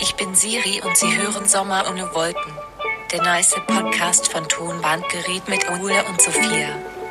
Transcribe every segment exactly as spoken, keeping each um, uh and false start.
Ich bin Siri und Sie hören Sommer ohne Wolken. Der nice Podcast von Tonbandgerät mit Ole und Sophia.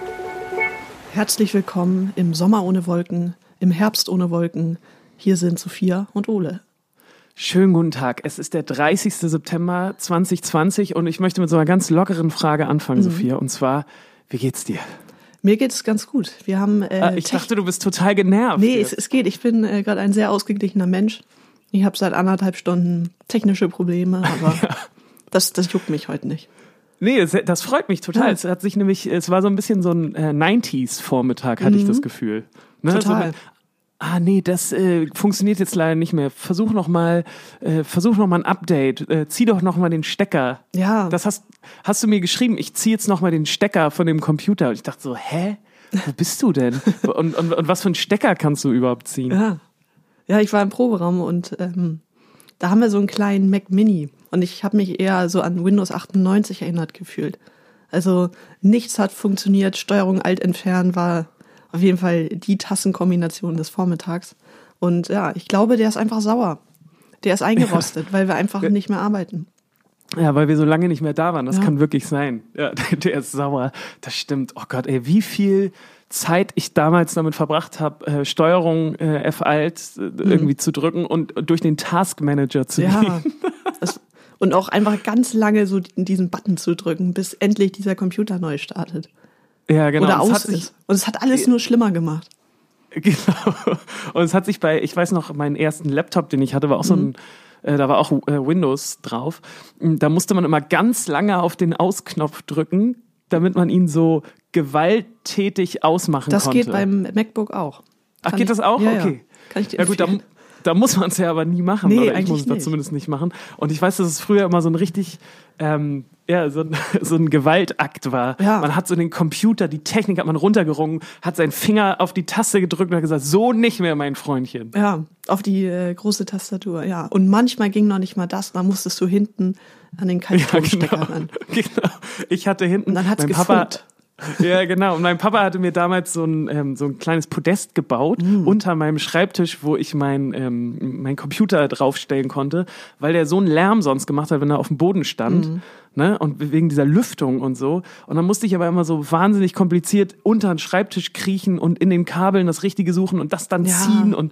Herzlich willkommen im Sommer ohne Wolken, im Herbst ohne Wolken. Hier sind Sophia und Ole. Schönen guten Tag. Es ist der dreißigster September zwanzig zwanzig und ich möchte mit so einer ganz lockeren Frage anfangen, mhm. Sophia. Und zwar, wie geht's dir? Mir geht's ganz gut. Wir haben. Äh, ah, ich dachte, du bist total genervt. Nee, es, es geht. Ich bin äh, gerade ein sehr ausgeglichener Mensch. Ich habe seit anderthalb Stunden technische Probleme, aber ja. das, das juckt mich heute nicht. Nee, das, das freut mich total. Ja. Es hat sich nämlich, es war so ein bisschen so ein äh, neunziger-Vormittag, hatte mhm. ich das Gefühl. Ne? Total. So, ah nee, das äh, funktioniert jetzt leider nicht mehr. Versuch noch mal, äh, versuch noch mal ein Update. Äh, zieh doch noch mal den Stecker. Ja. Das hast, hast du mir geschrieben. Ich zieh jetzt noch mal den Stecker von dem Computer. Und ich dachte so, hä? Wo bist du denn? und, und, und was für einen Stecker kannst du überhaupt ziehen? Ja. Ja, ich war im Proberaum und ähm, da haben wir so einen kleinen Mac Mini und ich habe mich eher so an Windows achtundneunzig erinnert gefühlt. Also nichts hat funktioniert, Steuerung Alt entfernen war auf jeden Fall die Tassenkombination des Vormittags. Und ja, ich glaube, der ist einfach sauer. Der ist eingerostet, ja. weil wir einfach nicht mehr arbeiten. Ja, weil wir so lange nicht mehr da waren. Das ja. kann wirklich sein. Ja, der ist sauer. Das stimmt. Oh Gott, ey, wie viel Zeit ich damals damit verbracht habe, äh, Steuerung äh, F Alt äh, irgendwie mhm. zu drücken und durch den Taskmanager zu ja. gehen. Das, und auch einfach ganz lange so diesen Button zu drücken, bis endlich dieser Computer neu startet. Ja, genau. Oder aus ist. Und es hat alles nur schlimmer gemacht. Genau. Und es hat sich bei, ich weiß noch, meinen ersten Laptop, den ich hatte, war auch so ein, mhm. äh, da war auch äh, Windows drauf. Da musste man immer ganz lange auf den Ausknopf drücken, damit man ihn so gewalttätig ausmachen das konnte. Das geht beim MacBook auch. Ach, geht ich, das auch? Ja, okay. Ja. Kann ich dir ja gut, da, da muss man es ja aber nie machen. Nee, oder ich muss es da nicht. zumindest nicht machen. Und ich weiß, dass es früher immer so ein richtig, ähm, ja, so ein, so ein Gewaltakt war. Ja. Man hat so den Computer, die Technik hat man runtergerungen, hat seinen Finger auf die Taste gedrückt und hat gesagt, so nicht mehr, mein Freundchen. Ja, auf die äh, große Tastatur, ja. Und manchmal ging noch nicht mal das, da musstest du hinten an den Kaltstromstecker ja, genau. ran. Genau. Ich hatte hinten, und dann hat's mein Papa, ja, genau. Und mein Papa hatte mir damals so ein, ähm, so ein kleines Podest gebaut mm. unter meinem Schreibtisch, wo ich mein, ähm, mein Computer draufstellen konnte, weil der so einen Lärm sonst gemacht hat, wenn er auf dem Boden stand. Mm. Ne? Und wegen dieser Lüftung und so. Und dann musste ich aber immer so wahnsinnig kompliziert unter den Schreibtisch kriechen und in den Kabeln das Richtige suchen und das dann ja. ziehen. Und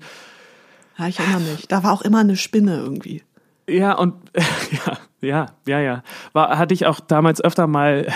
ja, ich erinnere mich. Da war auch immer eine Spinne irgendwie. Ja, und äh, ja, ja, ja, ja. War, hatte ich auch damals öfter mal,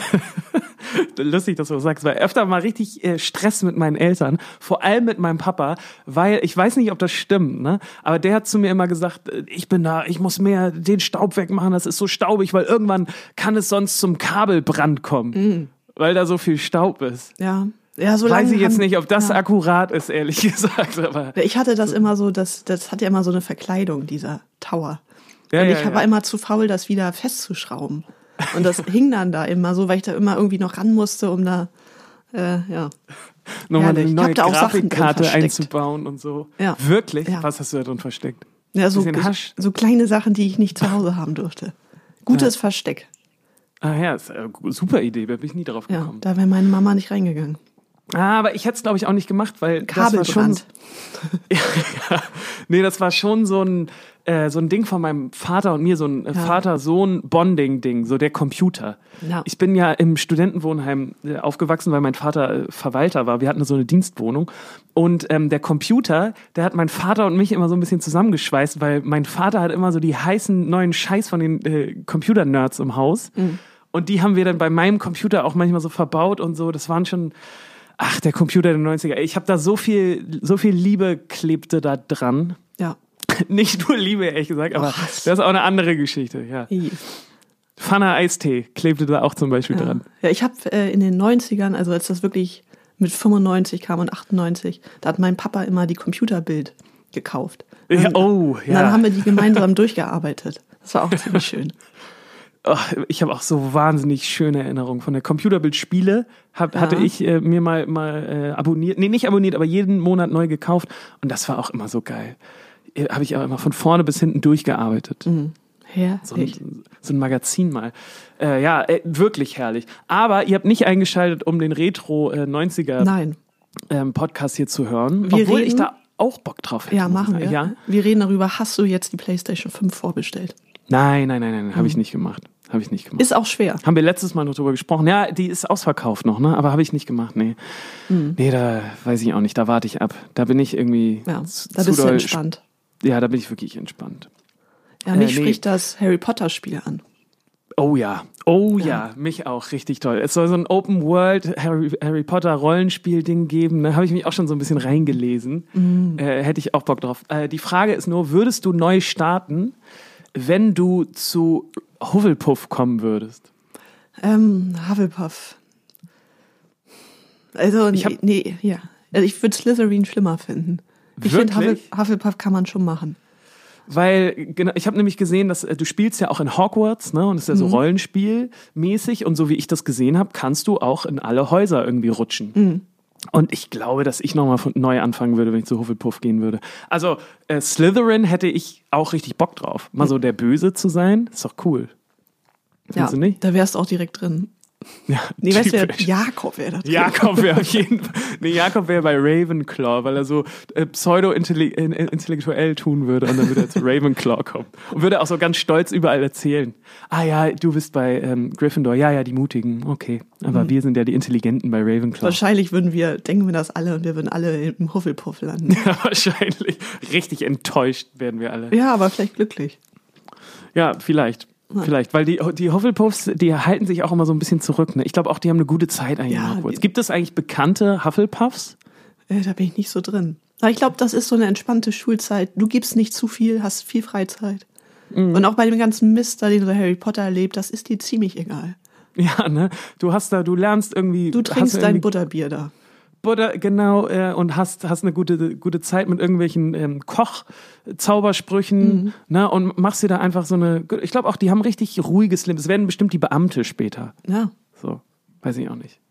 lustig, dass du das sagst, war öfter mal richtig äh, Stress mit meinen Eltern, vor allem mit meinem Papa, weil, ich weiß nicht, ob das stimmt, ne? Aber der hat zu mir immer gesagt, ich bin da, ich muss mehr den Staub wegmachen, das ist so staubig, weil irgendwann kann es sonst zum Kabelbrand kommen, mm. weil da so viel Staub ist. Ja. Ja, so weiß lange ich jetzt haben, nicht, ob das ja. akkurat ist, ehrlich gesagt. Aber ich hatte das so. immer so, das, das hat ja immer so eine Verkleidung, dieser Tower. Ja, und ja, ich ja. war immer zu faul, das wieder festzuschrauben. Und das hing dann da immer so, weil ich da immer irgendwie noch ran musste, um da, äh, ja. Nochmal eine neue Grafikkarte einzubauen und so. Ja. Wirklich? Ja. Was hast du da drin versteckt? Ja, so, so, so kleine Sachen, die ich nicht zu Hause haben durfte. Gutes ja. Versteck. Ah ja, ist eine super Idee, da bin ich nie drauf gekommen. Ja, da wäre meine Mama nicht reingegangen. Ah, aber ich hätte es, glaube ich, auch nicht gemacht, weil Kabelbrand. Das war schon, ja, ja. Nee, das war schon so ein, äh, so ein Ding von meinem Vater und mir, so ein ja. Vater-Sohn-Bonding-Ding, so der Computer. Ja. Ich bin ja im Studentenwohnheim äh, aufgewachsen, weil mein Vater äh, Verwalter war. Wir hatten so eine Dienstwohnung. Und ähm, der Computer, der hat mein Vater und mich immer so ein bisschen zusammengeschweißt, weil mein Vater hat immer so die heißen neuen Scheiß von den äh, Computer-Nerds im Haus. Mhm. Und die haben wir dann bei meinem Computer auch manchmal so verbaut und so. Das waren schon... Ach, der Computer der neunziger. Ich habe da so viel, so viel Liebe klebte da dran. Ja. Nicht nur Liebe, ehrlich gesagt, aber oh, das ist auch eine andere Geschichte. Ja. Pfanne Eistee klebte da auch zum Beispiel ja. dran. Ja, ich habe äh, in den neunzigern, also als das wirklich mit fünfundneunzig kam und achtundneunzig, da hat mein Papa immer die Computerbild gekauft. Ja, und, oh, ja. Und dann haben wir die gemeinsam durchgearbeitet. Das war auch ziemlich schön. Oh, ich habe auch so wahnsinnig schöne Erinnerungen von der Computerbildspiele. Hab, ja. Hatte ich äh, mir mal mal äh, abonniert, nee, nicht abonniert, aber jeden Monat neu gekauft. Und das war auch immer so geil. Äh, habe ich auch immer von vorne bis hinten durchgearbeitet. Mhm. Herrlich. So ein, so ein Magazin mal. Äh, ja, äh, wirklich herrlich. Aber ihr habt nicht eingeschaltet, um den Retro äh, neunziger Nein. Ähm, Podcast hier zu hören. Wir obwohl reden, ich da auch Bock drauf hätte. Ja, machen wir. Ja? Wir reden darüber, hast du jetzt die PlayStation fünf vorbestellt? Nein, nein, nein, nein, habe ich nicht gemacht. Habe ich nicht gemacht. Ist auch schwer. Haben wir letztes Mal noch drüber gesprochen. Ja, die ist ausverkauft noch, ne? Aber habe ich nicht gemacht, nee. Mhm. Nee, da weiß ich auch nicht, da warte ich ab. Da bin ich irgendwie Ja, zu, da zu bist du doll- entspannt. Ja, da bin ich wirklich entspannt. Ja, mich Äh, nee. spricht das Harry Potter Spiel an. Oh ja, oh ja. Ja. mich auch richtig toll. Es soll so ein Open World Harry, Harry Potter Rollenspiel-Ding geben. Da habe ich mich auch schon so ein bisschen reingelesen. Mhm. Äh, hätte ich auch Bock drauf. Äh, die Frage ist nur, würdest du neu starten, wenn du zu Hufflepuff kommen würdest? Ähm, Hufflepuff. Also, Ich hab- nee, nee, ja. Also ich würde Slytherin schlimmer finden. Ich finde, Huffle, Wirklich? Hufflepuff kann man schon machen. Weil, genau, ich habe nämlich gesehen, dass äh, du spielst ja auch in Hogwarts, ne? Und es ist ja so Rollenspielmäßig. Und so wie ich das gesehen habe, kannst du auch in alle Häuser irgendwie rutschen. Mhm. Und ich glaube, dass ich nochmal von neu anfangen würde, wenn ich zu Hufflepuff gehen würde. Also, äh, Slytherin hätte ich auch richtig Bock drauf. Mal so der Böse zu sein, ist doch cool. Ja, Findest du nicht? da wärst du auch direkt drin. Ja, Nee, weißt du, wer- typisch. Jakob wäre da drin. Jakob wäre auf jeden Fall. Nee, Jakob wäre bei Ravenclaw, weil er so äh, pseudo-intellektuell tun würde und dann würde er zu Ravenclaw kommen. Und würde auch so ganz stolz überall erzählen. Ah ja, du bist bei ähm, Gryffindor. Ja, ja, die Mutigen. Okay. Aber wir sind ja die Intelligenten bei Ravenclaw. Wahrscheinlich würden wir, denken wir das alle und wir würden alle im Hufflepuff landen. Ja, wahrscheinlich. Richtig enttäuscht werden wir alle. Ja, aber vielleicht glücklich. Ja, vielleicht. Vielleicht, weil die, die Hufflepuffs, die halten sich auch immer so ein bisschen zurück. Ne? Ich glaube auch, die haben eine gute Zeit eigentlich Ja, in Hogwarts. die- Gibt es eigentlich bekannte Hufflepuffs? Äh, da bin ich nicht so drin. Aber ich glaube, das ist so eine entspannte Schulzeit. Du gibst nicht zu viel, hast viel Freizeit. Mhm. Und auch bei dem ganzen Mist, den so Harry Potter erlebt, das ist dir ziemlich egal. Ja, ne? Du hast da, du lernst irgendwie. Du hast trinkst dein irgendwie Butterbier da. Butter, genau, äh, und hast, hast eine gute, gute Zeit mit irgendwelchen ähm, Koch-Zaubersprüchen, Mhm. ne? Und machst dir da einfach so eine. Ich glaube auch, die haben richtig ruhiges Leben. Es werden bestimmt die Beamte später. Ja. So, weiß ich auch nicht.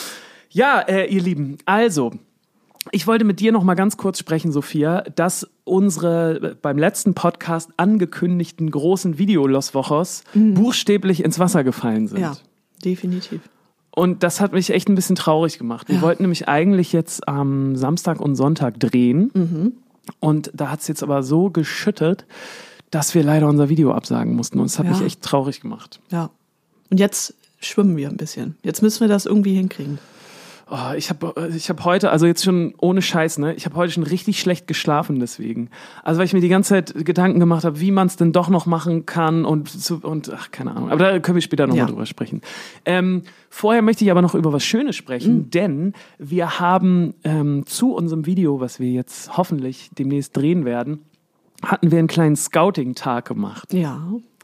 Ja, äh, ihr Lieben, also, ich wollte mit dir noch mal ganz kurz sprechen, Sophia, dass unsere äh, beim letzten Podcast angekündigten großen Video-Los Wochos buchstäblich ins Wasser gefallen sind. Ja, definitiv. Und das hat mich echt ein bisschen traurig gemacht. Wir Ja. wollten nämlich eigentlich jetzt am Samstag und Sonntag drehen. Mhm. Und da hat es jetzt aber so geschüttet, dass wir leider unser Video absagen mussten. Und es hat Ja. mich echt traurig gemacht. Ja. Und jetzt schwimmen wir ein bisschen. Jetzt müssen wir das irgendwie hinkriegen. Oh, ich habe ich hab heute, also jetzt schon ohne Scheiß, ne? Ich habe heute schon richtig schlecht geschlafen deswegen. Also weil ich mir die ganze Zeit Gedanken gemacht habe, wie man es denn doch noch machen kann und so, und ach, keine Ahnung. Aber da können wir später nochmal Ja. mal drüber sprechen. Ähm, vorher möchte ich aber noch über was Schönes sprechen, Mhm. denn wir haben ähm, zu unserem Video, was wir jetzt hoffentlich demnächst drehen werden, hatten wir einen kleinen Scouting-Tag gemacht. Ja.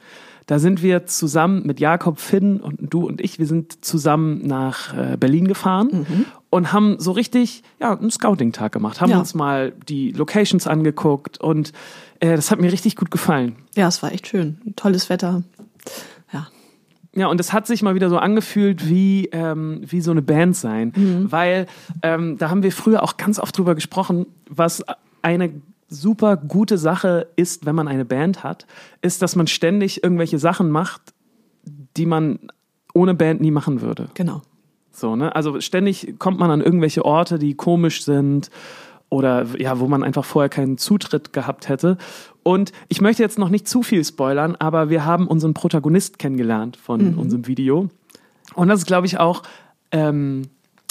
Da sind wir zusammen mit Jakob, Finn und du und ich, wir sind zusammen nach äh, Berlin gefahren und haben so richtig ja, einen Scouting-Tag gemacht. Haben Ja. uns mal die Locations angeguckt und äh, das hat mir richtig gut gefallen. Ja, es war echt schön. Tolles Wetter. Ja. Ja, und es hat sich mal wieder so angefühlt wie, ähm, wie so eine Band sein, weil ähm, da haben wir früher auch ganz oft drüber gesprochen, was eine super gute Sache ist, wenn man eine Band hat, ist, dass man ständig irgendwelche Sachen macht, die man ohne Band nie machen würde. Genau. So, ne? Also ständig kommt man an irgendwelche Orte, die komisch sind oder ja, wo man einfach vorher keinen Zutritt gehabt hätte. Und ich möchte jetzt noch nicht zu viel spoilern, aber wir haben unseren Protagonist kennengelernt von Mhm. unserem Video. Und das ist, glaube ich, auch, ähm,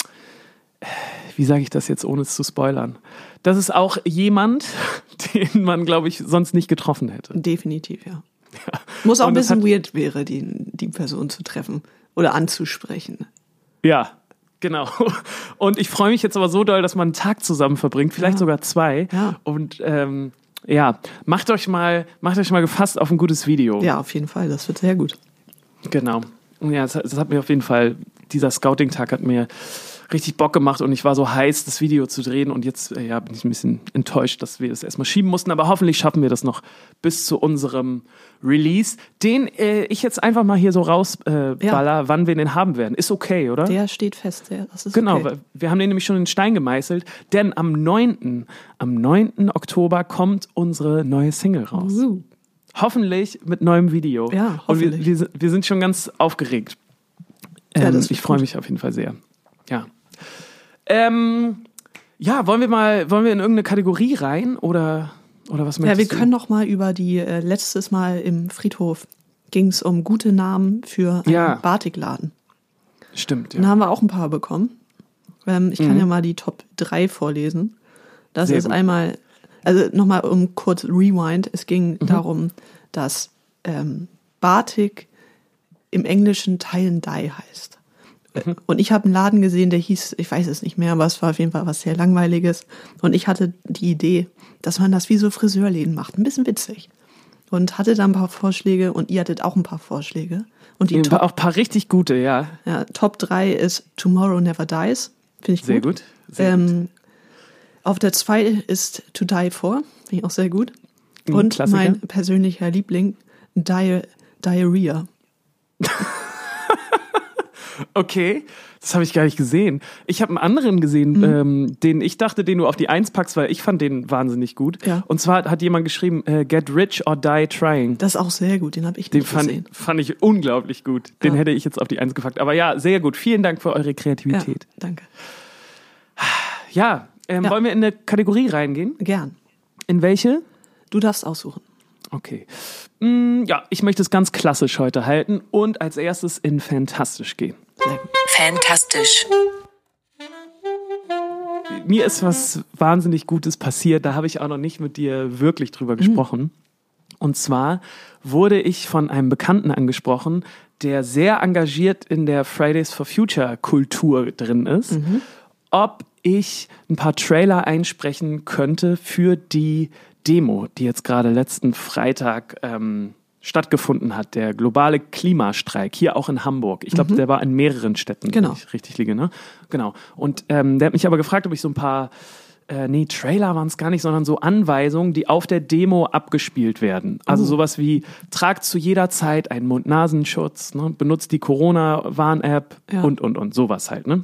wie sage ich das jetzt, ohne es zu spoilern? Das ist auch jemand, den man, glaube ich, sonst nicht getroffen hätte. Definitiv, ja. Muss auch Und ein das bisschen hat- weird wäre, die, die Person zu treffen oder anzusprechen. Ja, genau. Und ich freue mich jetzt aber so doll, dass man einen Tag zusammen verbringt, vielleicht Ja. sogar zwei. Ja. Und ähm, ja, macht euch mal, macht euch mal gefasst auf ein gutes Video. Ja, auf jeden Fall. Das wird sehr gut. Genau. Und ja, das, hat- das hat mir auf jeden Fall, dieser Scouting-Tag hat mir richtig Bock gemacht und ich war so heiß, das Video zu drehen und jetzt äh, ja, bin ich ein bisschen enttäuscht, dass wir das erstmal schieben mussten, aber hoffentlich schaffen wir das noch bis zu unserem Release, den äh, ich jetzt einfach mal hier so rausballer, äh, Ja. baller, wann wir den haben werden. Ist okay, oder? Der steht fest. Der, das ist Genau, okay. weil wir haben den nämlich schon in Stein gemeißelt, denn am neunten am neunten Oktober kommt unsere neue Single raus. Uh. Hoffentlich mit neuem Video. Ja, Und wir, hoffentlich. wir, sind- wir sind schon ganz aufgeregt. Ja, Ähm, das wird ich freue gut. mich auf jeden Fall sehr. Ja. Ähm, Ja, wollen wir mal, wollen wir in irgendeine Kategorie rein oder, oder was möchtest Ja, wir du? können noch mal über die, äh, letztes Mal im Friedhof ging es um gute Namen für einen Ja. Batikladen. Stimmt, Dann ja. haben wir auch ein paar bekommen. Ähm, ich kann Mhm. ja mal die Top drei vorlesen. Das Sehr ist gut. einmal, also nochmal um kurz Rewind. Es ging Mhm. darum, dass ähm, Batik im Englischen Tie and Dye heißt. Mhm. Und ich habe einen Laden gesehen, der hieß, ich weiß es nicht mehr, aber es war auf jeden Fall was sehr Langweiliges. Und ich hatte die Idee, dass man das wie so Friseurläden macht. Ein bisschen witzig. Und hatte dann ein paar Vorschläge und ihr hattet auch ein paar Vorschläge. Und die Ja, Top, auch ein paar richtig gute, ja. ja, Top drei ist Tomorrow Never Dies. Finde ich gut. Sehr gut. Sehr gut. Ähm, auf der zwei ist To Die For. Finde ich auch sehr gut. Ein Und Klassiker. mein persönlicher Liebling, Di- Diarrhea. Okay, das habe ich gar nicht gesehen. Ich habe einen anderen gesehen, Mhm. ähm, den ich dachte, den du auf die Eins packst, weil ich fand den wahnsinnig gut. Ja. Und zwar hat jemand geschrieben, äh, Get Rich or Die Trying. Das ist auch sehr gut. Den habe ich Den nicht fand, gesehen. fand ich unglaublich gut. Den Ja. hätte ich jetzt auf die Eins gepackt. Aber ja, sehr gut. Vielen Dank für eure Ja, Kreativität. danke. Ja, ähm, Ja. wollen wir in eine Kategorie reingehen? Gern. In welche? Du darfst aussuchen. Okay. Mm, ja, ich möchte es ganz klassisch heute halten und als erstes in Fantastisch gehen. Sehr gut. Fantastisch. Mir ist was wahnsinnig Gutes passiert, da habe ich auch noch nicht mit dir wirklich drüber gesprochen. Und zwar wurde ich von einem Bekannten angesprochen, der sehr engagiert in der Fridays for Future Kultur drin ist, ob ich ein paar Trailer einsprechen könnte für die Demo, die jetzt gerade letzten Freitag ähm, stattgefunden hat, der globale Klimastreik, hier auch in Hamburg. Ich glaube, der war in mehreren Städten, Genau. wenn ich richtig liege. Ne? Genau. Und ähm, der hat mich aber gefragt, ob ich so ein paar, äh, nee, Trailer waren es gar nicht, sondern so Anweisungen, die auf der Demo abgespielt werden. Also sowas wie, tragt zu jeder Zeit einen Mund-Nasenschutz, ne? Benutzt die Corona-Warn-App Ja. und, und, und sowas halt, ne?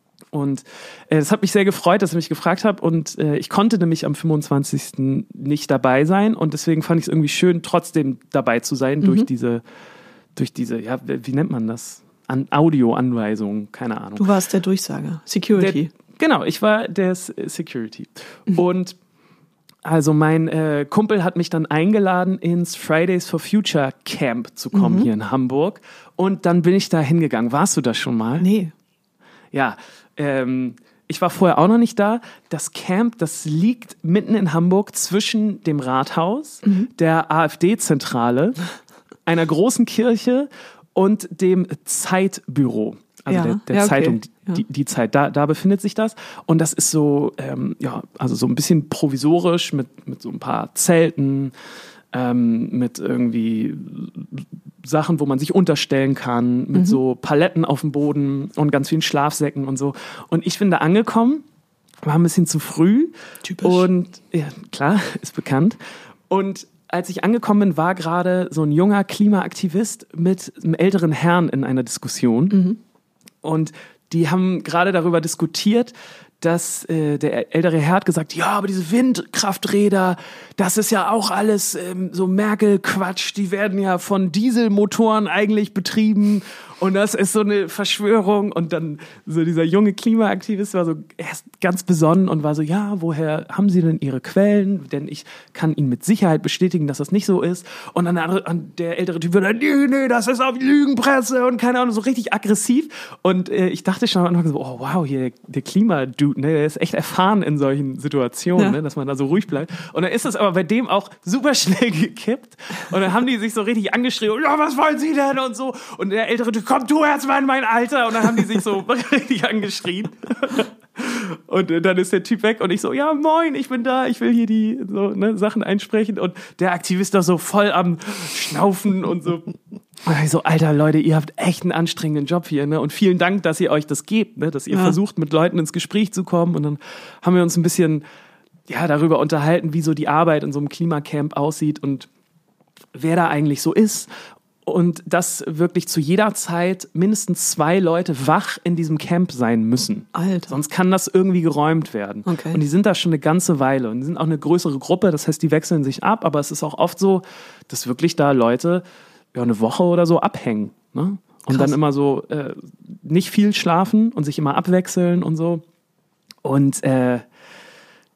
Und äh, das hat mich sehr gefreut, dass er mich gefragt hat. Und äh, ich konnte nämlich am fünfundzwanzigsten nicht dabei sein. Und deswegen fand ich es irgendwie schön, trotzdem dabei zu sein durch diese, durch diese, ja, wie nennt man das? An Audioanweisungen, keine Ahnung. Du warst der Durchsager. Security. Der, genau, ich war der S- Security. Und also mein äh, Kumpel hat mich dann eingeladen, ins Fridays for Future Camp zu kommen hier in Hamburg. Und dann bin ich da hingegangen. Warst du da schon mal? Nee. Ja, ähm, ich war vorher auch noch nicht da. Das Camp, das liegt mitten in Hamburg zwischen dem Rathaus, der AfD-Zentrale, einer großen Kirche und dem Zeitbüro. Also Ja, der, der ja, okay. Zeitung, Ja. die, die Zeit, da, da befindet sich das. Und das ist so, ähm, ja, also so ein bisschen provisorisch mit, mit so ein paar Zelten, ähm, mit irgendwie Sachen, wo man sich unterstellen kann, mit so Paletten auf dem Boden und ganz vielen Schlafsäcken und so. Und ich bin da angekommen, war ein bisschen zu früh. Typisch. Und ja, klar, ist bekannt. Und als ich angekommen bin, war gerade so ein junger Klimaaktivist mit einem älteren Herrn in einer Diskussion. Und die haben gerade darüber diskutiert, dass äh, der ältere Herr hat gesagt, ja, aber diese Windkrafträder, das ist ja auch alles ähm, so Merkel-Quatsch, die werden ja von Dieselmotoren eigentlich betrieben und das ist so eine Verschwörung. Und dann so dieser junge Klimaaktivist war so erst ganz besonnen und war so, ja, woher haben Sie denn Ihre Quellen? Denn ich kann Ihnen mit Sicherheit bestätigen, dass das nicht so ist. Und dann der, andere, der ältere Typ wird, nee, nee, das ist auf Lügenpresse und keine Ahnung, so richtig aggressiv. Und äh, ich dachte schon am Anfang so, oh wow, hier der Klimadude, ne, der ist echt erfahren in solchen Situationen, Ja. ne, dass man da so ruhig bleibt. Und dann ist das aber bei dem auch super schnell gekippt. Und dann haben die sich so richtig angeschrien, ja, was wollen Sie denn? Und so. Und der ältere Typ, komm du jetzt mal in mein Alter. Und dann haben die sich so richtig angeschrien. Und äh, dann ist der Typ weg und ich so, ja moin, ich bin da, ich will hier die so, ne, Sachen einsprechen. Und der Aktivist da so voll am Schnaufen und so. Und ich so, Alter Leute, ihr habt echt einen anstrengenden Job hier, ne? Und vielen Dank, dass ihr euch das gebt, ne? Dass ihr Ja. versucht, mit Leuten ins Gespräch zu kommen. Und dann haben wir uns ein bisschen ja, darüber unterhalten, wie so die Arbeit in so einem Klimacamp aussieht und wer da eigentlich so ist. Und dass wirklich zu jeder Zeit mindestens zwei Leute wach in diesem Camp sein müssen. Alter. Sonst kann das irgendwie geräumt werden. Okay. Und die sind da schon eine ganze Weile. Und die sind auch eine größere Gruppe, das heißt, die wechseln sich ab. Aber es ist auch oft so, dass wirklich da Leute ja, eine Woche oder so abhängen. Ne? Und Krass. dann immer so äh, nicht viel schlafen und sich immer abwechseln und so. Und äh,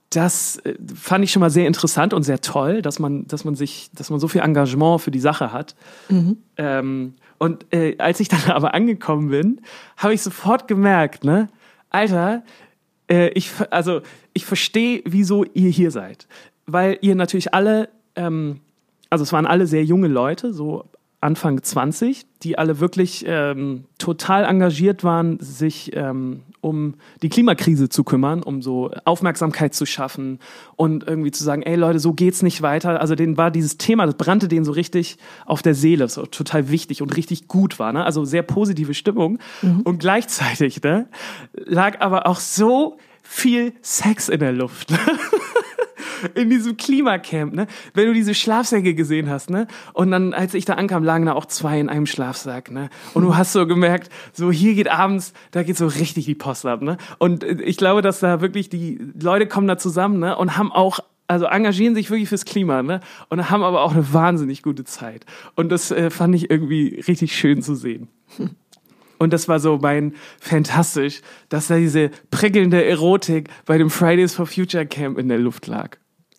das äh, fand ich schon mal sehr interessant und sehr toll, dass man, dass man sich, dass man so viel Engagement für die Sache hat. Mhm. Ähm, und äh, als ich dann aber angekommen bin, habe ich sofort gemerkt, ne, Alter, äh, ich, also ich verstehe, wieso ihr hier seid, weil ihr natürlich alle, ähm, also es waren alle sehr junge Leute, so Anfang zwanzig, die alle wirklich ähm, total engagiert waren, sich ähm, um die Klimakrise zu kümmern, um so Aufmerksamkeit zu schaffen und irgendwie zu sagen, ey Leute, so geht's nicht weiter. Also denen war dieses Thema, das brannte denen so richtig auf der Seele, so total wichtig und richtig gut war, ne? Also sehr positive Stimmung. Mhm. Und gleichzeitig, ne, lag aber auch so viel Sex in der Luft. In diesem Klimacamp, ne? Wenn du diese Schlafsäcke gesehen hast, ne? Und dann, als ich da ankam, lagen da auch zwei in einem Schlafsack, ne? Und du hast so gemerkt, so hier geht abends, da geht so richtig die Post ab, ne? Und ich glaube, dass da wirklich die Leute kommen da zusammen, ne? Und haben auch, also engagieren sich wirklich fürs Klima, ne? Und haben aber auch eine wahnsinnig gute Zeit. Und das äh, fand ich irgendwie richtig schön zu sehen. Und das war so mein fantastisch, dass da diese prickelnde Erotik bei dem Fridays for Future Camp in der Luft lag.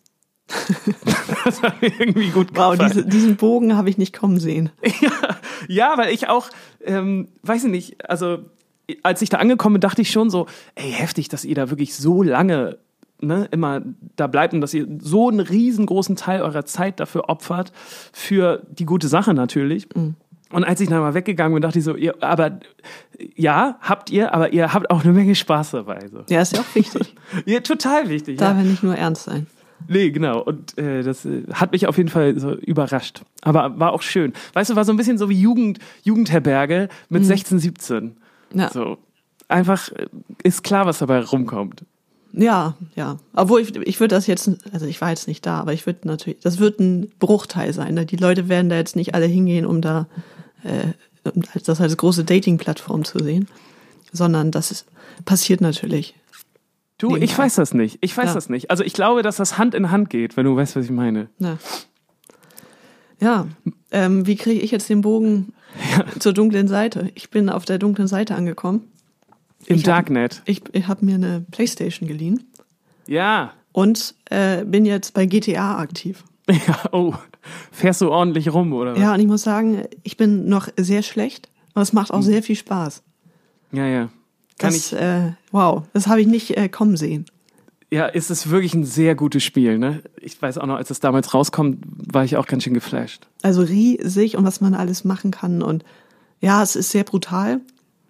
Das hat mir irgendwie gut gefallen. Wow, diese, diesen Bogen habe ich nicht kommen sehen. Ja, ja, weil ich auch, ähm, weiß ich nicht, also als ich da angekommen bin, dachte ich schon so, ey, heftig, dass ihr da wirklich so lange ne, immer da bleibt und dass ihr so einen riesengroßen Teil eurer Zeit dafür opfert, für die gute Sache natürlich. Mhm. Und als ich dann mal weggegangen bin, dachte ich so, ihr, aber ja, habt ihr, aber ihr habt auch eine Menge Spaß dabei. So. Ja, ist ja auch wichtig. Ja, total wichtig. Darf ja ja nicht nur ernst sein. Nee, genau. Und äh, das äh, hat mich auf jeden Fall so überrascht. Aber war auch schön. Weißt du, war so ein bisschen so wie Jugend, Jugendherberge mit mhm. sechzehn, siebzehn. Ja. So. Einfach äh, ist klar, was dabei rumkommt. Ja, ja. Obwohl ich, ich würde das jetzt, also ich war jetzt nicht da, aber ich würde natürlich, das wird ein Bruchteil sein. Ne? Die Leute werden da jetzt nicht alle hingehen, um da äh, um das als große Dating-Plattform zu sehen, sondern das ist, passiert natürlich. Du, ich weiß das nicht. Ich weiß ja. das nicht. Also ich glaube, dass das Hand in Hand geht, wenn du weißt, was ich meine. Ja, ja. Ähm, wie kriege ich jetzt den Bogen ja. zur dunklen Seite? Ich bin auf der dunklen Seite angekommen. Im ich Darknet. Hab, ich ich habe mir eine Playstation geliehen. Ja. Und äh, bin jetzt bei G T A aktiv. Ja, oh. Fährst du ordentlich rum, oder was? Ja, und ich muss sagen, ich bin noch sehr schlecht, aber es macht auch hm. sehr viel Spaß. Ja, ja. Kann das, ich, äh, wow, das habe ich nicht äh, kommen sehen. Ja, ist es wirklich ein sehr gutes Spiel, ne? Ich weiß auch noch, als es damals rauskommt, war ich auch ganz schön geflasht. Also riesig und was man alles machen kann und ja, es ist sehr brutal,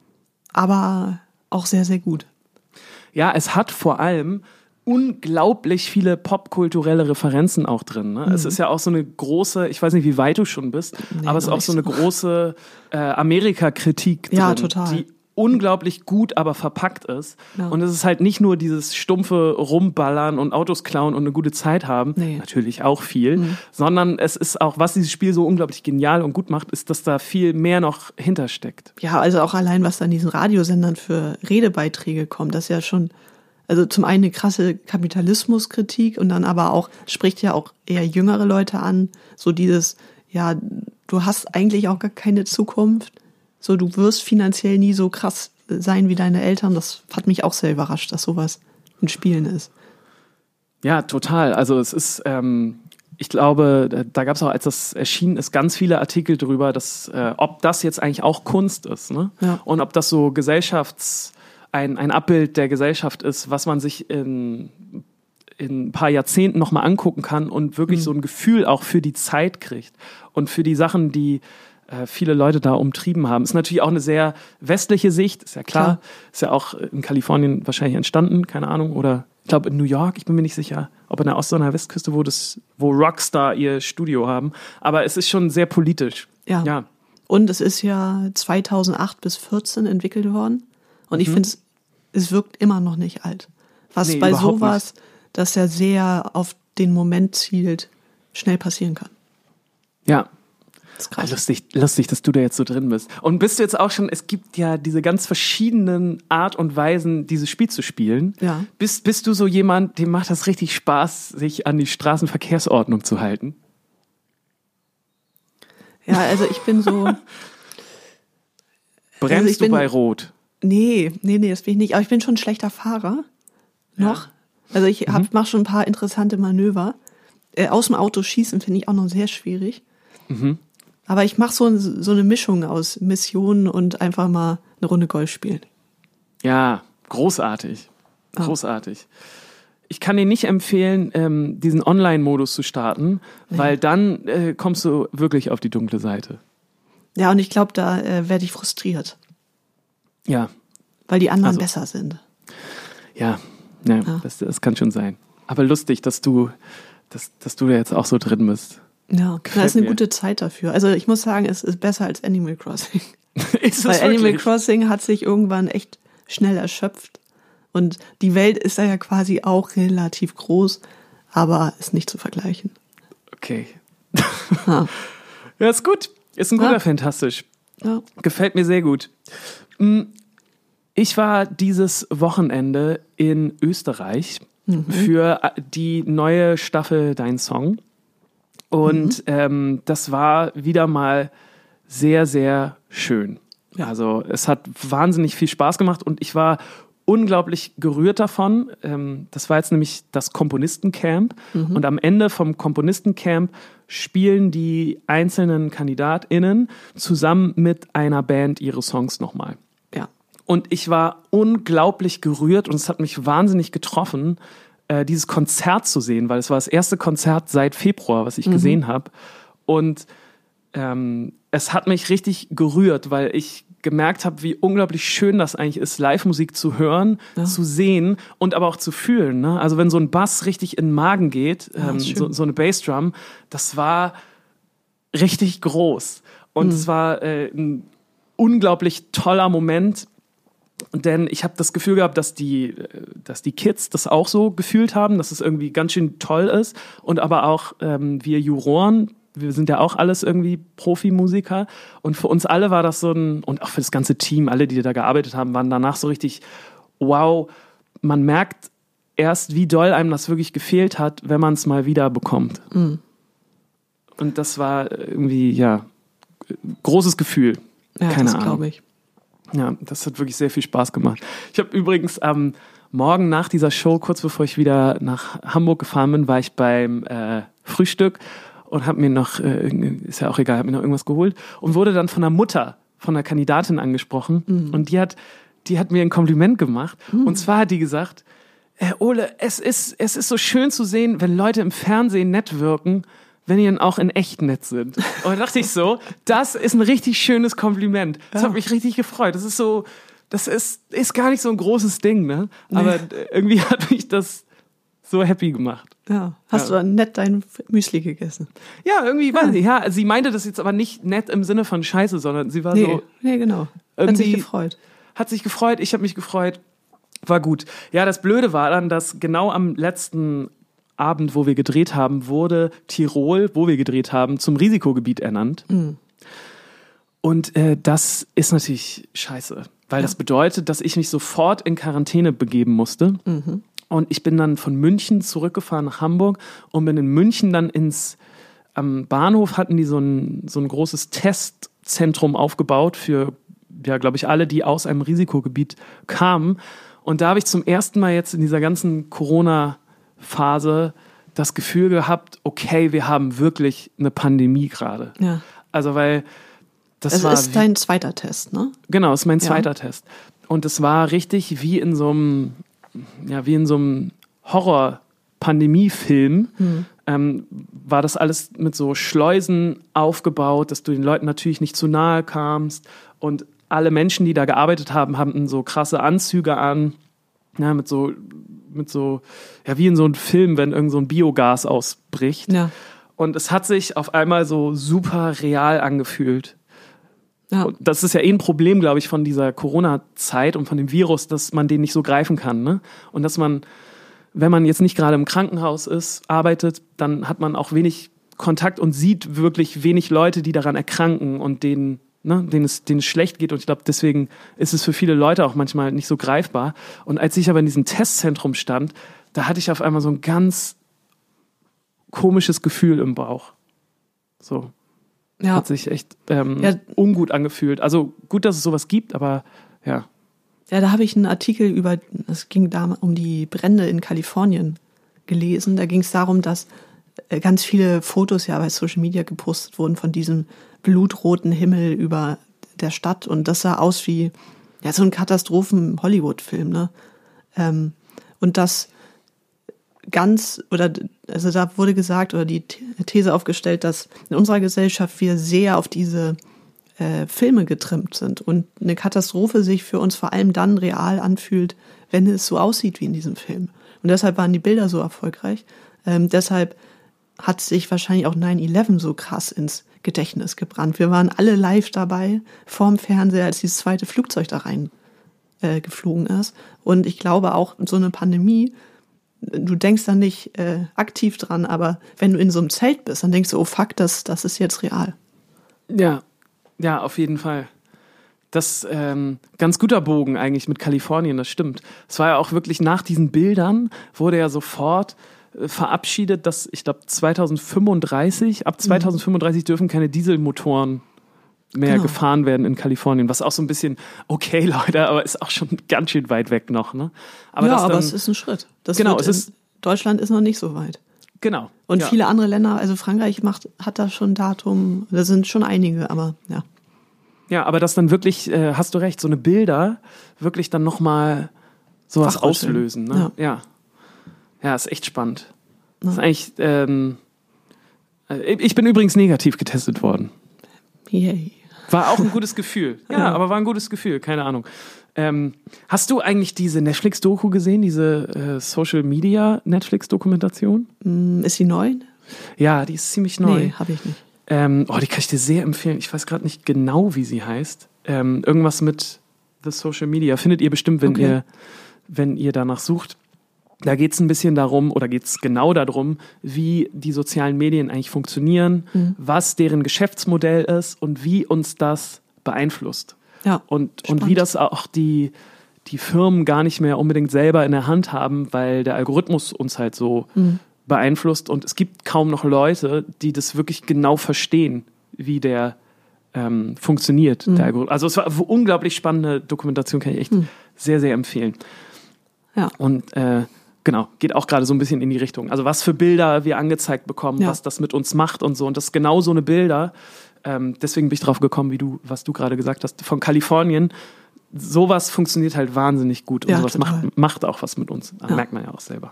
aber auch sehr, sehr gut. Ja, es hat vor allem unglaublich viele popkulturelle Referenzen auch drin. Ne? Mhm. Es ist ja auch so eine große, ich weiß nicht, wie weit du schon bist, nee, aber es ist auch so eine so. große äh, Amerika-Kritik ja, drin, total. die unglaublich gut, aber verpackt ist. Ja. Und es ist halt nicht nur dieses stumpfe Rumballern und Autos klauen und eine gute Zeit haben, nee. natürlich auch viel, mhm. sondern es ist auch, was dieses Spiel so unglaublich genial und gut macht, ist, dass da viel mehr noch hintersteckt. Ja, also auch allein, was da in diesen Radiosendern für Redebeiträge kommt, das ist ja schon, also zum einen eine krasse Kapitalismuskritik und dann aber auch, spricht ja auch eher jüngere Leute an, so dieses, ja, du hast eigentlich auch gar keine Zukunft, so, du wirst finanziell nie so krass sein wie deine Eltern. Das hat mich auch sehr überrascht, dass sowas in Spielen ist. Ja, total. Also es ist, ähm, ich glaube, da gab es auch, als das erschienen ist, ganz viele Artikel drüber, dass, äh, ob das jetzt eigentlich auch Kunst ist, ne? Ja. Und ob das so Gesellschafts, ein, ein Abbild der Gesellschaft ist, was man sich in, in ein paar Jahrzehnten nochmal angucken kann und wirklich mhm. so ein Gefühl auch für die Zeit kriegt und für die Sachen, die viele Leute da umtrieben haben. Ist natürlich auch eine sehr westliche Sicht, ist ja klar. klar. Ist ja auch in Kalifornien wahrscheinlich entstanden, keine Ahnung. Oder ich glaube in New York, ich bin mir nicht sicher, ob an der Ost- oder der Westküste, wo, das, wo Rockstar ihr Studio haben. Aber es ist schon sehr politisch. Ja. ja. Und es ist ja zweitausendacht bis vierzehn entwickelt worden. Und ich mhm. finde, es, es wirkt immer noch nicht alt. Was nee, bei sowas, nicht. das ja sehr auf den Moment zielt, schnell passieren kann. Ja. Lustig, lustig, dass du da jetzt so drin bist. Und bist du jetzt auch schon, es gibt ja diese ganz verschiedenen Art und Weisen, dieses Spiel zu spielen. Ja. Bist, bist du so jemand, dem macht das richtig Spaß, sich an die Straßenverkehrsordnung zu halten? Ja, also ich bin so... Bremst also ich du bin, bei Rot? Nee, nee, nee, das bin ich nicht. Aber ich bin schon ein schlechter Fahrer. Noch. Also ich Mhm. hab, mach schon ein paar interessante Manöver. Äh, aus dem Auto schießen finde ich auch noch sehr schwierig. Mhm. Aber ich mache so, so eine Mischung aus Missionen und einfach mal eine Runde Golf spielen. Ja, großartig. Ah. Großartig. Ich kann dir nicht empfehlen, ähm, diesen Online-Modus zu starten, Nee. weil dann äh, kommst du wirklich auf die dunkle Seite. Ja, und ich glaube, da äh, werde ich frustriert, Ja, weil die anderen Also- besser sind. ja, ja, Ja. Das, das kann schon sein. Aber lustig, dass du, dass, dass du da jetzt auch so drin bist. Ja, Gefällt da ist eine mir. gute Zeit dafür. Also ich muss sagen, es ist besser als Animal Crossing. Ist Weil das Animal wirklich? Crossing hat sich irgendwann echt schnell erschöpft. Und die Welt ist da ja quasi auch relativ groß, aber ist nicht zu vergleichen. Okay. Ja. Ja, ist gut. Ist ein guter Ja. Fantastisch. Ja. Gefällt mir sehr gut. Mm, Ich war dieses Wochenende in Österreich für die neue Staffel Dein Song. Und ähm, das war wieder mal sehr, sehr schön. Ja. Also es hat wahnsinnig viel Spaß gemacht und ich war unglaublich gerührt davon. Ähm, das war jetzt nämlich das Komponistencamp. Und am Ende vom Komponistencamp spielen die einzelnen KandidatInnen zusammen mit einer Band ihre Songs nochmal. Ja. Und ich war unglaublich gerührt und es hat mich wahnsinnig getroffen, äh, dieses Konzert zu sehen, weil es war das erste Konzert seit Februar, was ich gesehen habe. Und ähm, es hat mich richtig gerührt, weil ich gemerkt habe, wie unglaublich schön das eigentlich ist, Live-Musik zu hören, Ja. zu sehen und aber auch zu fühlen. Ne? Also wenn so ein Bass richtig in den Magen geht, Ja, ähm, ist schön. so, so eine Bassdrum, das war richtig groß. Und es war äh, ein unglaublich toller Moment, denn ich habe das Gefühl gehabt, dass die, äh, dass die Kids das auch so gefühlt haben, dass es irgendwie ganz schön toll ist. Und aber auch ähm, wir Juroren, wir sind ja auch alles irgendwie Profimusiker. Und für uns alle war das so ein, und auch für das ganze Team, alle, die da gearbeitet haben, waren danach so richtig, wow, man merkt erst, wie doll einem das wirklich gefehlt hat, wenn man es mal wieder bekommt. Mhm. Und das war irgendwie, ja, großes Gefühl. Ja, Keine das Ahnung. glaube ich. Ja, das hat wirklich sehr viel Spaß gemacht. Ich habe übrigens am Morgen nach dieser Show, kurz bevor ich wieder nach Hamburg gefahren bin, war ich beim äh, Frühstück und habe mir noch, äh, ist ja auch egal, habe mir noch irgendwas geholt und wurde dann von der Mutter, von der Kandidatin angesprochen Mhm. und die hat, die hat mir ein Kompliment gemacht und zwar hat die gesagt, äh, Ole, es ist, es ist so schön zu sehen, wenn Leute im Fernsehen nett wirken, wenn die dann auch in echt nett sind. Und da dachte ich so, das ist ein richtig schönes Kompliment. Das Ja. hat mich richtig gefreut. Das ist so, das ist, ist gar nicht so ein großes Ding, ne? Aber irgendwie hat mich das so happy gemacht. Ja. Hast Ja. du dann nett dein Müsli gegessen? Ja, irgendwie, weiß ich, ja, sie meinte das jetzt aber nicht nett im Sinne von Scheiße, sondern sie war Nee, so, nee, genau. Hat irgendwie- sich gefreut. hat sich gefreut, ich habe mich gefreut, war gut. Ja, das Blöde war dann, dass genau am letzten Abend, wo wir gedreht haben, wurde Tirol, wo wir gedreht haben, zum Risikogebiet ernannt. Mhm. Und äh, das ist natürlich scheiße, weil Ja. das bedeutet, dass ich mich sofort in Quarantäne begeben musste. Mhm. Und ich bin dann von München zurückgefahren nach Hamburg und bin in München dann ins, am Bahnhof hatten die so ein, so ein großes Testzentrum aufgebaut für, ja, glaube ich, alle, die aus einem Risikogebiet kamen. Und da habe ich zum ersten Mal jetzt in dieser ganzen Corona-Phase das Gefühl gehabt, okay, wir haben wirklich eine Pandemie gerade. Ja. Also, weil das Das war ist wie- dein zweiter Test, ne? Genau, ist mein Ja. zweiter Test. Und es war richtig wie in so einem, ja, wie in so einem Horror-Pandemie-Film. Hm. Ähm, war das alles mit so Schleusen aufgebaut, dass du den Leuten natürlich nicht zu nahe kamst. Und alle Menschen, die da gearbeitet haben, hatten so krasse Anzüge an. Ja, mit so, mit so, ja, wie in so einem Film, wenn irgend so ein Biogas ausbricht. Ja. Und es hat sich auf einmal so super real angefühlt. Ja. Und das ist ja eh ein Problem, glaube ich, von dieser Corona-Zeit und von dem Virus, dass man den nicht so greifen kann. Ne? Und dass man, wenn man jetzt nicht gerade im Krankenhaus ist, arbeitet, dann hat man auch wenig Kontakt und sieht wirklich wenig Leute, die daran erkranken und denen, ne, denen, es, denen es schlecht geht. Und ich glaube, deswegen ist es für viele Leute auch manchmal nicht so greifbar. Und als ich aber in diesem Testzentrum stand, da hatte ich auf einmal so ein ganz komisches Gefühl im Bauch. So. Ja. Hat sich echt ähm, Ja. ungut angefühlt. Also gut, dass es sowas gibt, aber ja. Ja, da habe ich einen Artikel über, es ging da um die Brände in Kalifornien gelesen. Da ging es darum, dass ganz viele Fotos ja bei Social Media gepostet wurden von diesem blutroten Himmel über der Stadt. Und das sah aus wie ja, so ein Katastrophen-Hollywood-Film, ne? Ähm, und das ganz, oder also da wurde gesagt oder die These aufgestellt, dass in unserer Gesellschaft wir sehr auf diese äh, Filme getrimmt sind und eine Katastrophe sich für uns vor allem dann real anfühlt, wenn es so aussieht wie in diesem Film. Und deshalb waren die Bilder so erfolgreich. Ähm, deshalb hat sich wahrscheinlich auch nine eleven so krass ins Gedächtnis gebrannt. Wir waren alle live dabei, vorm Fernseher, als dieses zweite Flugzeug da rein äh, geflogen ist. Und ich glaube auch, so eine Pandemie, du denkst da nicht äh, aktiv dran, aber wenn du in so einem Zelt bist, dann denkst du, oh fuck, das, das ist jetzt real. Ja, ja, auf jeden Fall. Das ähm, ganz guter Bogen eigentlich mit Kalifornien, das stimmt. Es war ja auch wirklich nach diesen Bildern, wurde ja sofort verabschiedet, dass ich glaube zweitausendfünfunddreißig, ab zweitausendfünfunddreißig dürfen keine Dieselmotoren mehr genau. gefahren werden in Kalifornien, was auch so ein bisschen, okay Leute, aber ist auch schon ganz schön weit weg noch. Ne? Aber ja, das aber dann, es ist ein Schritt. Das genau, wird es ist, in, Deutschland ist noch nicht so weit. Genau. Und ja. viele andere Länder, also Frankreich macht, hat da schon Datum, da sind schon einige, aber ja. Ja, aber das dann wirklich, äh, hast du recht, so eine Bilder wirklich dann nochmal sowas auslösen. Ne? Ja. ja. Ja, ist echt spannend. Das ist eigentlich, ähm, ich bin übrigens negativ getestet worden. Yay. War auch ein gutes Gefühl. Ja, ja, aber war ein gutes Gefühl, keine Ahnung. Ähm, hast du eigentlich diese Netflix-Doku gesehen, diese äh, Social-Media-Netflix-Dokumentation? Ist sie neu? Ja, die ist ziemlich neu. Nee, habe ich nicht. Ähm, oh, die kann ich dir sehr empfehlen. Ich weiß gerade nicht genau, wie sie heißt. Ähm, irgendwas mit The Social Media. Findet ihr bestimmt, wenn, okay. ihr, wenn ihr danach sucht. Da geht es ein bisschen darum, oder geht es genau darum, wie die sozialen Medien eigentlich funktionieren, mhm. was deren Geschäftsmodell ist und wie uns das beeinflusst. Ja, und, und wie das auch die, die Firmen gar nicht mehr unbedingt selber in der Hand haben, weil der Algorithmus uns halt so mhm. beeinflusst. Und es gibt kaum noch Leute, die das wirklich genau verstehen, wie der ähm, funktioniert. Mhm. Der Algorithmus. Also es war eine unglaublich spannende Dokumentation, kann ich echt mhm. sehr, sehr empfehlen. Ja. Und äh, genau, geht auch gerade so ein bisschen in die Richtung. Also was für Bilder wir angezeigt bekommen, ja. was das mit uns macht und so. Und das ist genau so eine Bilder. Ähm, deswegen bin ich drauf gekommen, wie du, was du gerade gesagt hast, von Kalifornien. Sowas funktioniert halt wahnsinnig gut. Und ja, sowas macht, macht auch was mit uns. Das ja. merkt man ja auch selber.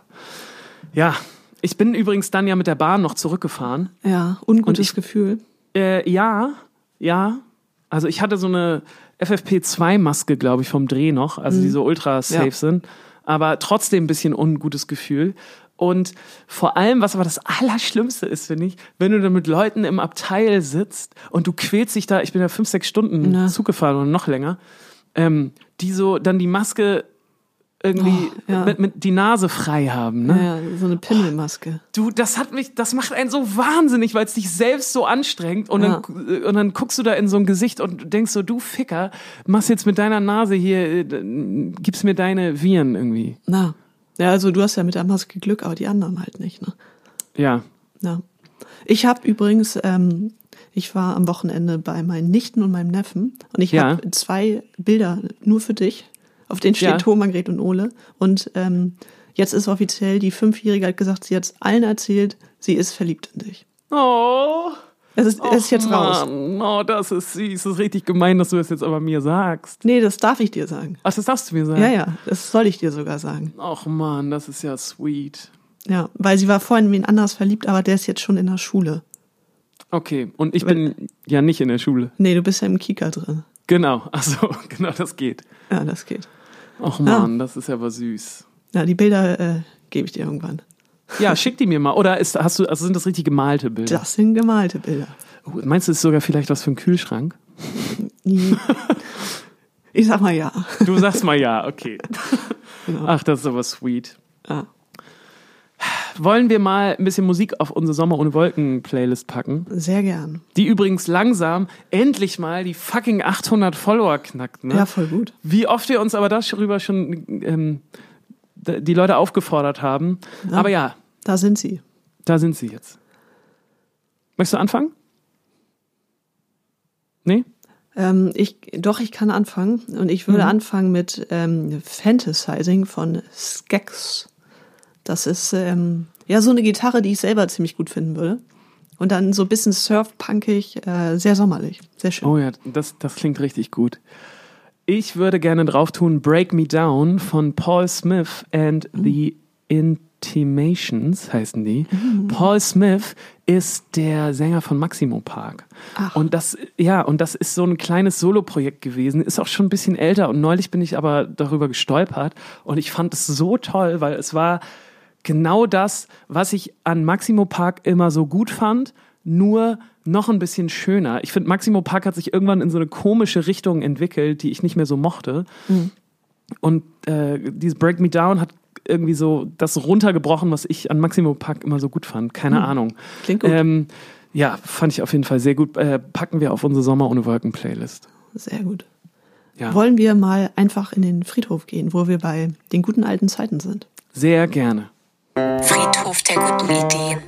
Ja, ich bin übrigens dann ja mit der Bahn noch zurückgefahren. Ja, ungutes und ich, Gefühl. Äh, ja, ja. Also ich hatte so eine F F P zwei Maske, glaube ich, vom Dreh noch. Also mhm. die so ultra safe ja. sind. Aber trotzdem ein bisschen ungutes Gefühl. Und vor allem, was aber das Allerschlimmste ist, finde ich, wenn du dann mit Leuten im Abteil sitzt und du quälst dich da, ich bin ja fünf, sechs Stunden ja. Zug gefahren oder noch länger, ähm, die so dann die Maske irgendwie oh, ja. mit, mit die Nase frei haben. Ne? Ja, so eine Pimmelmaske. Du, das hat mich, das macht einen so wahnsinnig, weil es dich selbst so anstrengt und, ja. dann, und dann guckst du da in so ein Gesicht und denkst so, du Ficker, machst jetzt mit deiner Nase hier, gibst mir deine Viren irgendwie. Na, ja, also du hast ja mit der Maske Glück, aber die anderen halt nicht, ne? Ja. Ja. Ich habe übrigens, ähm, ich war am Wochenende bei meinen Nichten und meinem Neffen und ich ja. habe zwei Bilder nur für dich. Auf denen steht ja. Thomas, Margret und Ole. Und ähm, jetzt ist offiziell, die Fünfjährige hat gesagt, sie hat es allen erzählt, sie ist verliebt in dich. Oh. Es ist, Och, es ist jetzt raus. Mann. Oh, das ist süß. Das ist richtig gemein, dass du das jetzt aber mir sagst. Nee, das darf ich dir sagen. Ach, das darfst du mir sagen? Ja, ja, das soll ich dir sogar sagen. Ach Mann, das ist ja sweet. Ja, weil sie war vorhin in wen anders verliebt, aber der ist jetzt schon in der Schule. Okay, und ich bin Wenn, ja nicht in der Schule. Nee, du bist ja im Kika drin. Genau, also genau, das geht. Ja, das geht. Ach Mann, ja. das ist aber süß. Ja, die Bilder äh, gebe ich dir irgendwann. Ja, schick die mir mal. Oder ist, hast du, also sind das richtig gemalte Bilder? Das sind gemalte Bilder. Oh, meinst du, das ist sogar vielleicht was für einen Kühlschrank? Ich sag mal ja. Du sagst mal ja, okay. Genau. Ach, das ist aber sweet. Ja. Wollen wir mal ein bisschen Musik auf unsere Sommer ohne Wolken Playlist packen? Sehr gern. Die übrigens langsam endlich mal die fucking achthundert Follower knackt. Ne? Ja, voll gut. Wie oft wir uns aber darüber schon ähm, die Leute aufgefordert haben. Ja, aber ja. Da sind sie. Da sind sie jetzt. Möchtest du anfangen? Nee? Ähm, ich, doch, ich kann anfangen. Und ich würde mhm. anfangen mit ähm, Fantasizing von Skeks. Das ist ähm, ja so eine Gitarre, die ich selber ziemlich gut finden würde. Und dann so ein bisschen surf-punkig, äh, sehr sommerlich. Sehr schön. Oh ja, das, das klingt richtig gut. Ich würde gerne drauf tun Break Me Down von Paul Smith and mhm. the Intimations heißen die. Mhm. Paul Smith ist der Sänger von Maximo Park. Ach. Und das, ja, und das ist so ein kleines Soloprojekt gewesen, ist auch schon ein bisschen älter und neulich bin ich aber darüber gestolpert und ich fand es so toll, weil es war genau das, was ich an Maximo Park immer so gut fand, nur noch ein bisschen schöner. Ich finde, Maximo Park hat sich irgendwann in so eine komische Richtung entwickelt, die ich nicht mehr so mochte. Mhm. Und äh, dieses Break Me Down hat irgendwie so das runtergebrochen, was ich an Maximo Park immer so gut fand. Keine mhm. Ahnung. Klingt gut. Ähm, ja, fand ich auf jeden Fall sehr gut. Äh, packen wir auf unsere Sommer ohne Wolken Playlist. Sehr gut. Ja. Wollen wir mal einfach in den Friedhof gehen, wo wir bei den guten alten Zeiten sind? Sehr gerne. Friedhof der guten Ideen.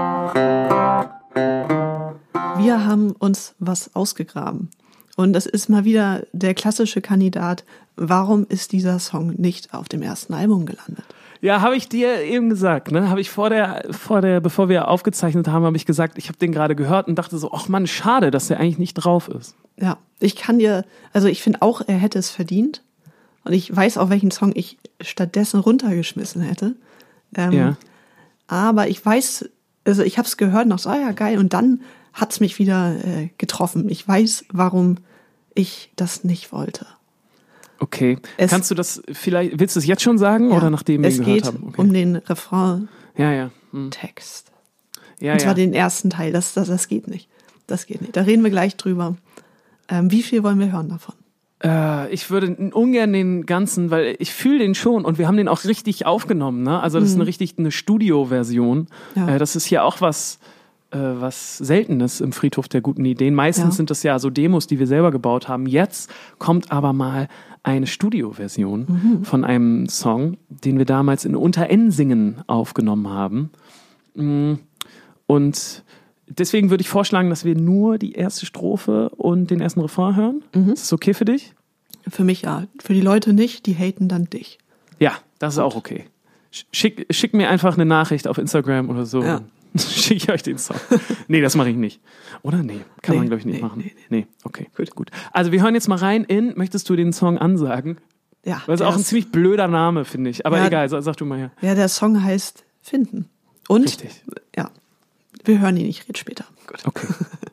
Wir haben uns was ausgegraben. Und das ist mal wieder der klassische Kandidat. Warum ist dieser Song nicht auf dem ersten Album gelandet? Ja, habe ich dir eben gesagt, ne? Habe ich vor der, vor der, bevor wir aufgezeichnet haben, habe ich gesagt, ich habe den gerade gehört und dachte so, ach Mann, schade, dass der eigentlich nicht drauf ist. Ja, ich kann dir, also ich finde auch, er hätte es verdient. Und ich weiß auch, welchen Song ich stattdessen runtergeschmissen hätte. Ähm, ja. Aber ich weiß, also ich habe es gehört und dachte, ah ja, geil. Und dann hat es mich wieder äh, getroffen. Ich weiß, warum ich das nicht wollte. Okay. Es, Kannst du das vielleicht, willst du es jetzt schon sagen ja, oder nachdem wir es gehört geht haben? Okay. um den Refrain. Ja, ja. Hm. Text. Ja, und zwar ja. den ersten Teil. Das, das, das geht nicht. Das geht nicht. Da reden wir gleich drüber. Ähm, wie viel wollen wir hören davon? Äh, ich würde ungern den ganzen, weil ich fühle den schon und wir haben den auch richtig aufgenommen. Ne? Also das mhm. ist eine richtig eine Studio-Version. Ja. Äh, das ist hier auch was, äh, was Seltenes im Friedhof der guten Ideen. Meistens ja. sind das ja so Demos, die wir selber gebaut haben. Jetzt kommt aber mal eine Studio-Version mhm. von einem Song, den wir damals in Unterensingen aufgenommen haben. Und deswegen würde ich vorschlagen, dass wir nur die erste Strophe und den ersten Refrain hören. Mhm. Ist das okay für dich? Für mich ja. Für die Leute nicht, die haten dann dich. Ja, das ist Gut. auch okay. Schick, schick mir einfach eine Nachricht auf Instagram oder so. Ja. Schicke ich euch den Song. Nee, das mache ich nicht. Oder? Nee, kann nee, man, glaube ich, nicht nee, machen. Nee, nee. nee, okay, gut, gut. Also wir hören jetzt mal rein in, möchtest du den Song ansagen? Ja. Weil es auch ein ziemlich blöder Name, finde ich. Aber ja, egal, sag, sag du mal her. Ja, der Song heißt Finden. Und? Richtig. Ja. Wir hören ihn, ich rede später. Gut. Okay.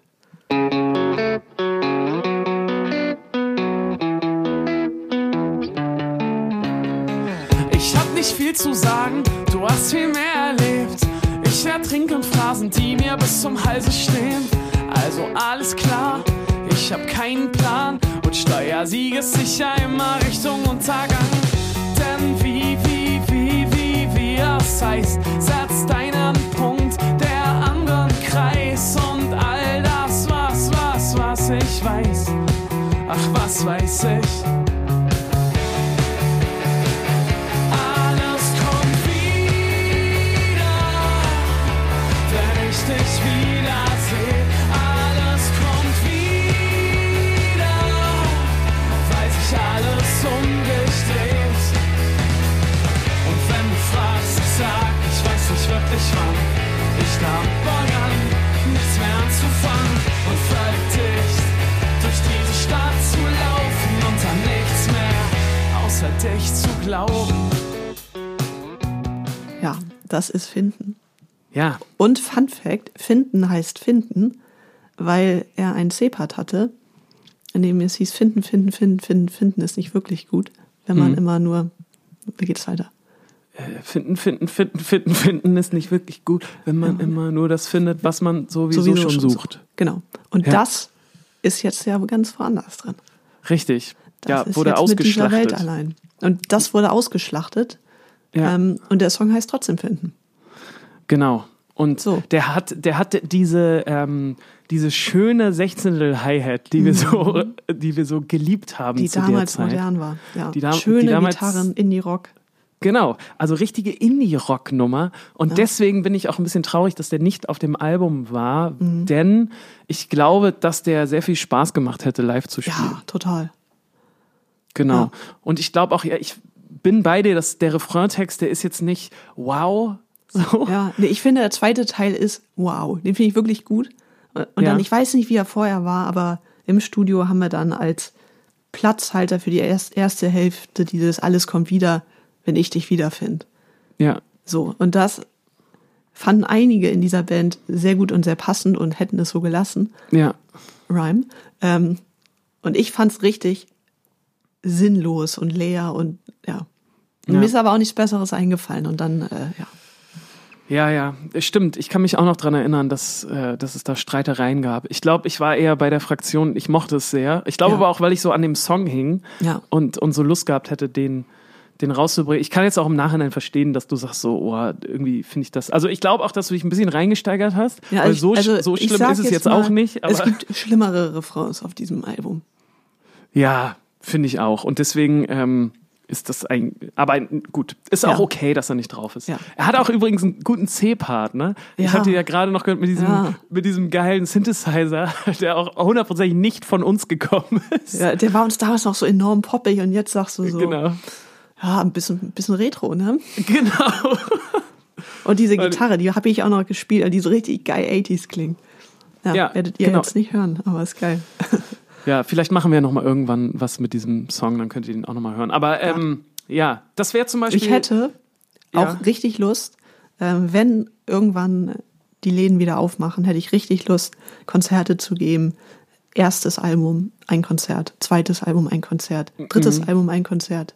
Ich hab nicht viel zu sagen, du hast viel mehr erlebt. Ich ertrinke in Phrasen, die mir bis zum Halse stehen. Also alles klar, ich hab keinen Plan und steuer siegessicher immer Richtung Untergang. Denn wie, wie, wie, wie, wie es heißt, setzt deinen Punkt der anderen Kreis. Und all das, was, was, was ich weiß, ach was weiß ich. Ich war, ich nahm begann, nichts mehr anzufangen und völlig dicht durch diese Stadt zu laufen und an nichts mehr außer dich zu glauben. Ja, das ist Finden. Ja. Und Fun Fact, Finden heißt Finden, weil er ein C-Part hatte, in dem es hieß Finden, Finden, Finden, Finden, Finden ist nicht wirklich gut, wenn man mhm. immer nur, wie geht's weiter? Finden, finden, finden, finden, finden ist nicht wirklich gut, wenn man ja. immer nur das findet, was man sowieso, sowieso schon sucht. sucht. Genau. Und ja. das ist jetzt ja ganz woanders drin. Richtig. Das ja, ist wurde jetzt ausgeschlachtet. Mit dieser Welt allein. Und das wurde ausgeschlachtet. Ja. Ähm, und der Song heißt trotzdem Finden. Genau. Und so. der hat, der hat diese, ähm, diese schöne Sechzehntel Hi-Hat, die wir so, die wir so geliebt haben die zu damals der Zeit. modern war. Ja. Die dam- Schöne die damals, Gitarren, Indie-Rock. Genau, also richtige Indie-Rock-Nummer. Und ja. deswegen bin ich auch ein bisschen traurig, dass der nicht auf dem Album war, mhm. denn ich glaube, dass der sehr viel Spaß gemacht hätte, live zu spielen. Ja, total. Genau. Ja. Und ich glaube auch, ja, ich bin bei dir, dass der Refraintext, der ist jetzt nicht wow. So. Ja, nee, ich finde, der zweite Teil ist wow. Den finde ich wirklich gut. Und ja. dann, ich weiß nicht, wie er vorher war, aber im Studio haben wir dann als Platzhalter für die erst, erste Hälfte dieses Alles kommt wieder, wenn ich dich wiederfind. Ja. So, und das fanden einige in dieser Band sehr gut und sehr passend und hätten es so gelassen. Ja. Rhyme. Ähm, und ich fand's richtig sinnlos und leer und ja. Und ja. mir ist aber auch nichts Besseres eingefallen und dann, äh, ja. Ja, ja, stimmt. Ich kann mich auch noch dran erinnern, dass, äh, dass es da Streitereien gab. Ich glaube, ich war eher bei der Fraktion, ich mochte es sehr. Ich glaube ja. aber auch, weil ich so an dem Song hing ja. und, und so Lust gehabt hätte, den den rauszubringen. Ich kann jetzt auch im Nachhinein verstehen, dass du sagst so, oh, irgendwie finde ich das. Also ich glaube auch, dass du dich ein bisschen reingesteigert hast, ja, weil ich, so, also so schlimm ist es jetzt, jetzt mal, auch nicht. Aber es gibt schlimmere Refrains auf diesem Album. Ja, finde ich auch. Und deswegen ähm, ist das ein, aber gut, ist auch ja. okay, dass er nicht drauf ist. Ja. Er hat auch übrigens einen guten C-Part, ne? Ja. Ich hatte ja gerade noch gehört mit diesem, ja. mit diesem geilen Synthesizer, der auch hundertprozentig nicht von uns gekommen ist. Ja, der war uns damals noch so enorm poppig und jetzt sagst du so. Genau. Ja, ein bisschen, ein bisschen Retro, ne? Genau. Und diese Gitarre, die habe ich auch noch gespielt, die so richtig geil achtziger klingt. Ja, ja werdet ihr genau. jetzt nicht hören, aber ist geil. Ja, vielleicht machen wir nochmal irgendwann was mit diesem Song, dann könnt ihr den auch nochmal hören. Aber ähm, ja. ja, das wäre zum Beispiel... Ich hätte ja. auch richtig Lust, ähm, wenn irgendwann die Läden wieder aufmachen, hätte ich richtig Lust, Konzerte zu geben. Erstes Album, ein Konzert. Zweites Album, ein Konzert. Drittes mhm. Album, ein Konzert.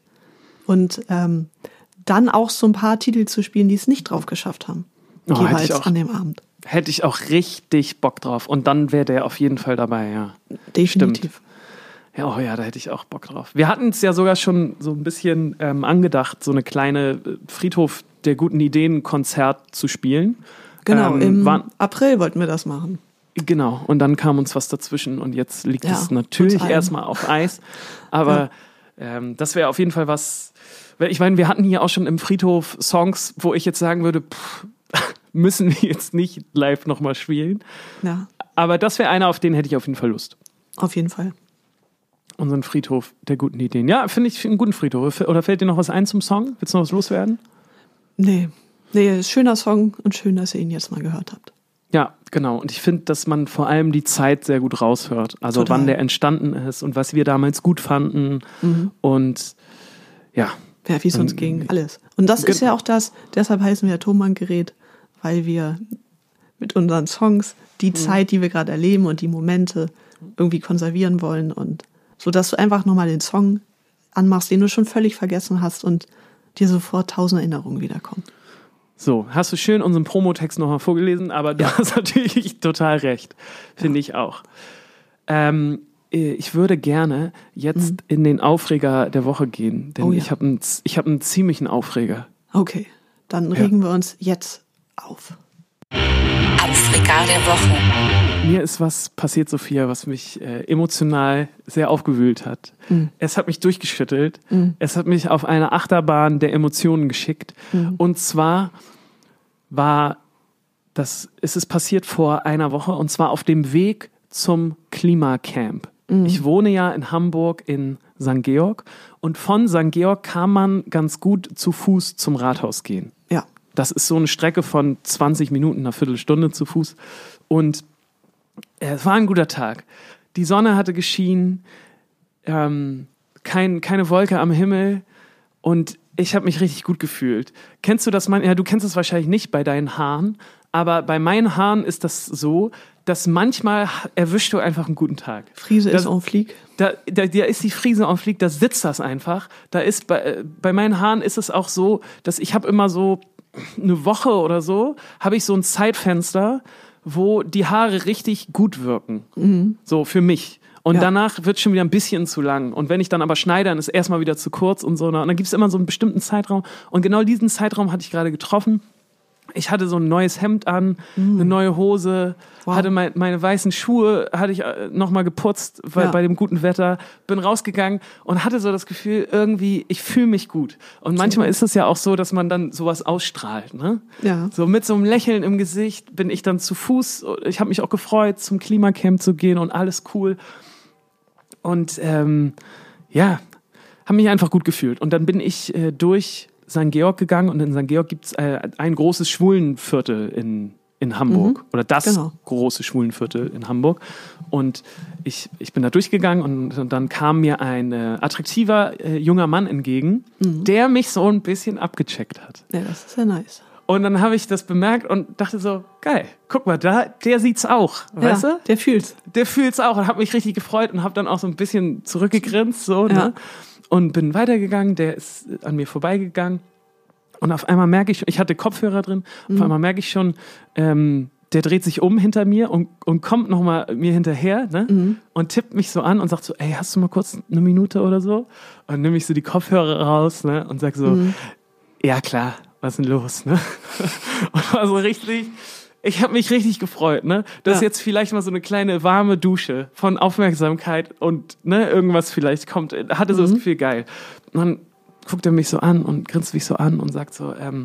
Und ähm, dann auch so ein paar Titel zu spielen, die es nicht drauf geschafft haben. Oh, jeweils auch, an dem Abend. Hätte ich auch richtig Bock drauf. Und dann wäre der auf jeden Fall dabei, ja. Definitiv. Stimmt. Ja, oh ja, da hätte ich auch Bock drauf. Wir hatten es ja sogar schon so ein bisschen ähm, angedacht, so eine kleine Friedhof der guten Ideen Konzert zu spielen. Genau, ähm, im war, April wollten wir das machen. Genau, und dann kam uns was dazwischen und jetzt liegt ja, es natürlich erstmal auf Eis. Aber ja. ähm, das wäre auf jeden Fall was... Ich meine, wir hatten hier auch schon im Friedhof Songs, wo ich jetzt sagen würde, pff, müssen wir jetzt nicht live nochmal spielen. Ja. Aber das wäre einer, auf den hätte ich auf jeden Fall Lust. Auf jeden Fall. Unseren Friedhof der guten Ideen. Ja, finde ich einen guten Friedhof. Oder fällt dir noch was ein zum Song? Willst du noch was loswerden? Nee. Nee, ist ein schöner Song und schön, dass ihr ihn jetzt mal gehört habt. Ja, genau. Und ich finde, dass man vor allem die Zeit sehr gut raushört. Also Total. Wann der entstanden ist und was wir damals gut fanden. Mhm. Und ja. Ja, wie es uns ging, alles. Und das ist ja auch das, deshalb heißen wir Tonbandgerät, weil wir mit unseren Songs die mhm. Zeit, die wir gerade erleben und die Momente irgendwie konservieren wollen und so, dass du einfach nochmal den Song anmachst, den du schon völlig vergessen hast und dir sofort tausend Erinnerungen wiederkommen. So, hast du schön unseren Promotext nochmal vorgelesen, aber du ja. hast natürlich total recht, finde ja. ich auch. Ähm, Ich würde gerne jetzt mhm. in den Aufreger der Woche gehen, denn oh ja. ich habe einen, ich hab einen ziemlichen Aufreger. Okay, dann regen ja. wir uns jetzt auf. Aufreger der Woche. Mir ist was passiert, Sophia, was mich äh, emotional sehr aufgewühlt hat. Mhm. Es hat mich durchgeschüttelt. Mhm. Es hat mich auf eine Achterbahn der Emotionen geschickt. Mhm. Und zwar war das, ist es passiert vor einer Woche, und zwar auf dem Weg zum Klimacamp. Mhm. Ich wohne ja in Hamburg in Sankt Georg und von Sankt Georg kann man ganz gut zu Fuß zum Rathaus gehen. Ja. Das ist so eine Strecke von zwanzig Minuten, einer Viertelstunde zu Fuß. Und es war ein guter Tag. Die Sonne hatte geschienen, ähm, kein, keine Wolke am Himmel und ich habe mich richtig gut gefühlt. Kennst du das? Man, ja, du kennst es wahrscheinlich nicht bei deinen Haaren, aber bei meinen Haaren ist das so, dass manchmal erwischst du einfach einen guten Tag. Frise das, ist en flique. Da, da, da ist die Frise en flique, da sitzt das einfach. Da ist bei, bei meinen Haaren ist es auch so, dass ich habe immer so eine Woche oder so, habe ich so ein Zeitfenster, wo die Haare richtig gut wirken. Mhm. So für mich. Und ja. danach wird es schon wieder ein bisschen zu lang. Und wenn ich dann aber schneide, dann ist es erstmal wieder zu kurz und so. Und dann gibt es immer so einen bestimmten Zeitraum. Und genau diesen Zeitraum hatte ich gerade getroffen. Ich hatte so ein neues Hemd an, mm. eine neue Hose, wow. hatte mein, meine weißen Schuhe, hatte ich nochmal geputzt weil, ja. bei dem guten Wetter, bin rausgegangen und hatte so das Gefühl, irgendwie, ich fühle mich gut. Und manchmal ist es ja auch so, dass man dann sowas ausstrahlt. Ne? Ja. So mit so einem Lächeln im Gesicht bin ich dann zu Fuß. Ich habe mich auch gefreut, zum Klimacamp zu gehen und alles cool. Und ähm, ja, habe mich einfach gut gefühlt. Und dann bin ich äh, durch Sankt Georg gegangen und in Sankt Georg gibt es äh, ein großes Schwulenviertel in, in Hamburg mhm, oder das genau. große Schwulenviertel in Hamburg und ich, ich bin da durchgegangen und, und dann kam mir ein äh, attraktiver äh, junger Mann entgegen, mhm. der mich so ein bisschen abgecheckt hat. Ja, das ist ja nice. Und dann habe ich das bemerkt und dachte so, geil, guck mal, da, der sieht's auch, ja, weißt du? Der fühlt's. Der fühlt's auch und habe mich richtig gefreut und habe dann auch so ein bisschen zurückgegrinst so, ja. ne? Und bin weitergegangen, der ist an mir vorbeigegangen und auf einmal merke ich, ich hatte Kopfhörer drin, mhm. auf einmal merke ich schon, ähm, der dreht sich um hinter mir und, und kommt nochmal mir hinterher ne? mhm. und tippt mich so an und sagt so, ey, hast du mal kurz eine Minute oder so? Und nehme ich so die Kopfhörer raus ne? und sag so, mhm. ja klar, was ist denn los? Ne? Und war so richtig... Ich habe mich richtig gefreut, ne? Das ist ja. jetzt vielleicht mal so eine kleine warme Dusche von Aufmerksamkeit und ne, irgendwas vielleicht kommt. Hatte so mhm. das Gefühl, geil. Und dann guckt er mich so an und grinst mich so an und sagt so, ähm,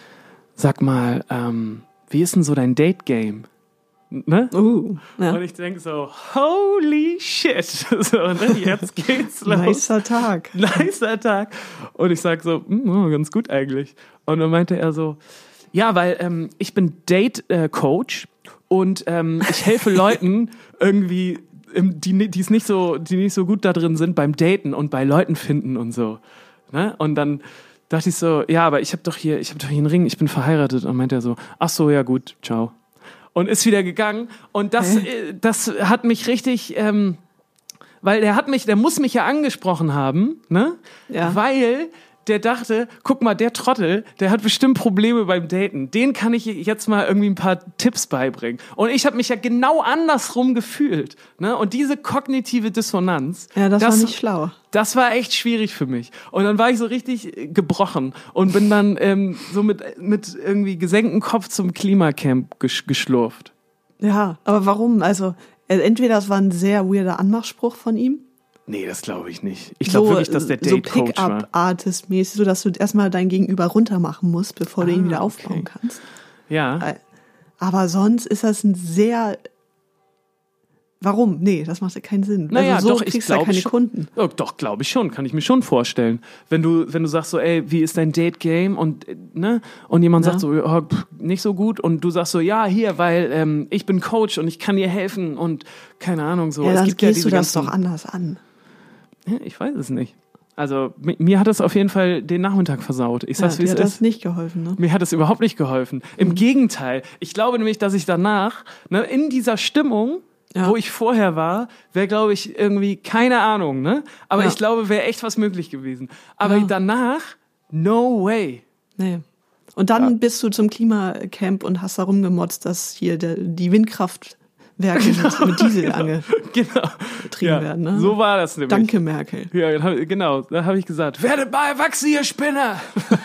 sag mal, ähm, wie ist denn so dein Date-Game? Ne? Uh, ja. Und ich denke so, holy shit. So, ne? Jetzt geht's los. Nicer Tag. Nicer Tag. Und ich sag so, oh, ganz gut eigentlich. Und dann meinte er so, ja, weil ähm, ich bin Date-Coach äh, und ähm, ich helfe Leuten irgendwie, ähm, die die es nicht so, die nicht so gut da drin sind beim Daten und bei Leuten finden und so. Ne? Und dann dachte ich so, ja, aber ich habe doch hier, ich habe doch hier einen Ring, ich bin verheiratet. Und meinte er so, ach so, ja gut, ciao. Und ist wieder gegangen. Und das, äh, das hat mich richtig, ähm, weil der hat mich, der muss mich ja angesprochen haben, ne? Ja. Weil der dachte, guck mal, der Trottel, der hat bestimmt Probleme beim Daten. Den kann ich jetzt mal irgendwie ein paar Tipps beibringen. Und ich habe mich ja genau andersrum gefühlt. Ne? Und diese kognitive Dissonanz. Ja, das, das war nicht schlau. Das war echt schwierig für mich. Und dann war ich so richtig gebrochen und bin dann ähm, so mit, mit irgendwie gesenktem Kopf zum Klimacamp gesch- geschlurft. Ja, aber warum? Also entweder das war ein sehr weirder Anmachspruch von ihm. Nee, das glaube ich nicht. Ich glaube so, wirklich, dass der Date-Coach so war. Pick-up-Artist-mäßig, so dass du erstmal dein Gegenüber runter machen musst, bevor ah, du ihn wieder aufbauen okay. kannst. Ja. Aber sonst ist das ein sehr... Warum? Nee, das macht ja keinen Sinn. Naja, also so doch, kriegst ich du ja keine schon, Kunden. Oh, doch, glaube ich schon. Kann ich mir schon vorstellen. Wenn du, wenn du sagst so, ey, wie ist dein Date-Game? Und, ne? Und jemand ja. sagt so, oh, pff, nicht so gut. Und du sagst so, ja, hier, weil ähm, ich bin Coach und ich kann dir helfen und keine Ahnung. so. Ja, es dann gibt gehst ja diese du das ganzen, doch anders an. Ich weiß es nicht. Also mir hat das auf jeden Fall den Nachmittag versaut. Ich sag's, ja, wie es dir hat ist. das nicht geholfen, ne? Mir hat das überhaupt nicht geholfen. Im mhm. Gegenteil. Ich glaube nämlich, dass ich danach, ne, in dieser Stimmung, ja. wo ich vorher war, wäre, glaube ich, irgendwie, keine Ahnung, ne? Aber ja. ich glaube, wäre echt was möglich gewesen. Aber ja. danach, no way. Nee. Und dann ja. bist du zum Klimacamp und hast da rumgemotzt, dass hier der, die Windkraft Werke genau, mit Diesel ange genau. betrieben ja, werden. Ne? So war das nämlich. Danke, Merkel. Ja, genau. Da habe ich gesagt, werdet mal erwachsen, ihr Spinner!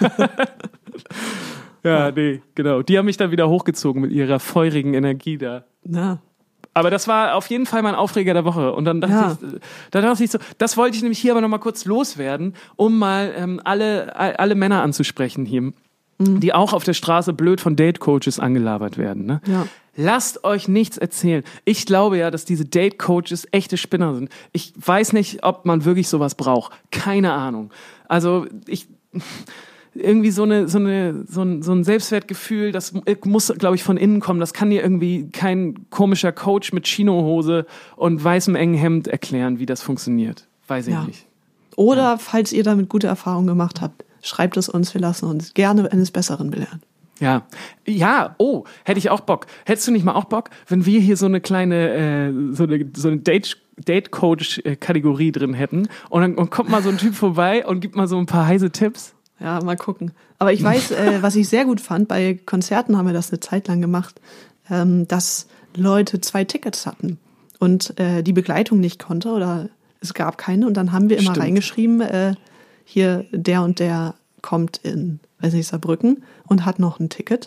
ja, nee, genau. Die haben mich dann wieder hochgezogen mit ihrer feurigen Energie da. Ja. Aber das war auf jeden Fall mein Aufreger der Woche. Und dann dachte, ja. ich, dann dachte ich so, das wollte ich nämlich hier aber nochmal kurz loswerden, um mal ähm, alle, alle Männer anzusprechen hier, mhm. die auch auf der Straße blöd von Date-Coaches angelabert werden. Ne? Ja. Lasst euch nichts erzählen. Ich glaube ja, dass diese Date-Coaches echte Spinner sind. Ich weiß nicht, ob man wirklich sowas braucht. Keine Ahnung. Also ich... irgendwie so eine so eine so ein, so ein Selbstwertgefühl, das muss, glaube ich, von innen kommen. Das kann dir irgendwie kein komischer Coach mit Chinohose und weißem engen Hemd erklären, wie das funktioniert. Weiß ich ja. nicht. Oder ja. falls ihr damit gute Erfahrungen gemacht habt, schreibt es uns. Wir lassen uns gerne eines Besseren belehren. Ja, ja, oh, hätte ich auch Bock. Hättest du nicht mal auch Bock, wenn wir hier so eine kleine, äh, so eine, so eine Date, Date-Coach-Kategorie drin hätten und dann und kommt mal so ein Typ vorbei und gibt mal so ein paar heiße Tipps? Ja, mal gucken. Aber ich weiß, äh, was ich sehr gut fand, bei Konzerten haben wir das eine Zeit lang gemacht, ähm, dass Leute zwei Tickets hatten und äh, die Begleitung nicht konnte oder es gab keine und dann haben wir immer Stimmt. reingeschrieben, äh, hier der und der kommt in, weiß nicht, Saarbrücken und hat noch ein Ticket.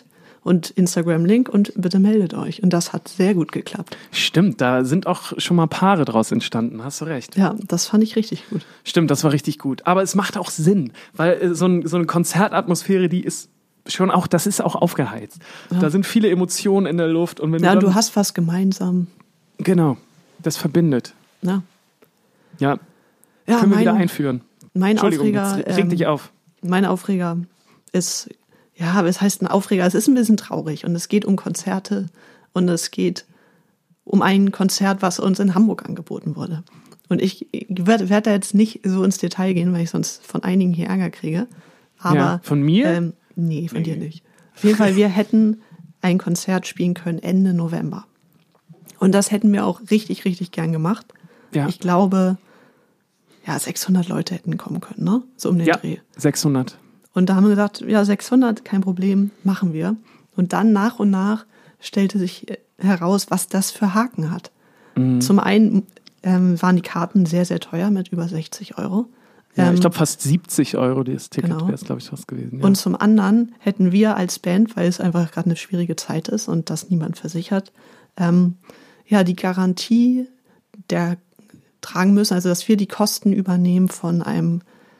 und Instagram-Link und bitte meldet euch. Und das hat sehr gut geklappt. Stimmt, da sind auch schon mal Paare draus entstanden, hast du recht. Ja, das fand ich richtig gut. Stimmt, das war richtig gut. Aber es macht auch Sinn, weil so, ein, so eine Konzertatmosphäre, die ist schon auch, das ist auch aufgeheizt. Ja. Da sind viele Emotionen in der Luft. Und wenn ja, du, dann, du hast was gemeinsam. Genau, das verbindet. Ja. Ja, ja können wir mein, wieder einführen. Mein Aufreger, jetzt reg dich ähm, auf. Mein Aufreger ist, ja, was heißt ein Aufreger? Es ist ein bisschen traurig und es geht um Konzerte und es geht um ein Konzert, was uns in Hamburg angeboten wurde. Und ich werde werd da jetzt nicht so ins Detail gehen, weil ich sonst von einigen hier Ärger kriege. Aber, ja, von mir? Ähm, nee, von nee. dir nicht. Auf jeden Fall, wir hätten ein Konzert spielen können Ende November. Und das hätten wir auch richtig, richtig gern gemacht. Ja. Ich glaube, ja, sechshundert Leute hätten kommen können, ne? So um den ja, Dreh. sechshundert. Und da haben wir gesagt, ja, sechshundert, kein Problem, machen wir. Und dann nach und nach stellte sich heraus, was das für Haken hat. Mhm. Zum einen ähm, waren die Karten sehr, sehr teuer mit über sechzig Euro. Ja, ähm, ich glaube fast siebzig Euro das Ticket genau. wäre es, glaube ich, fast gewesen. Ja. Und zum anderen hätten wir als Band, weil es einfach gerade eine schwierige Zeit ist und das niemand versichert, ähm, ja, die Garantie der tragen müssen, also dass wir die Kosten übernehmen von einem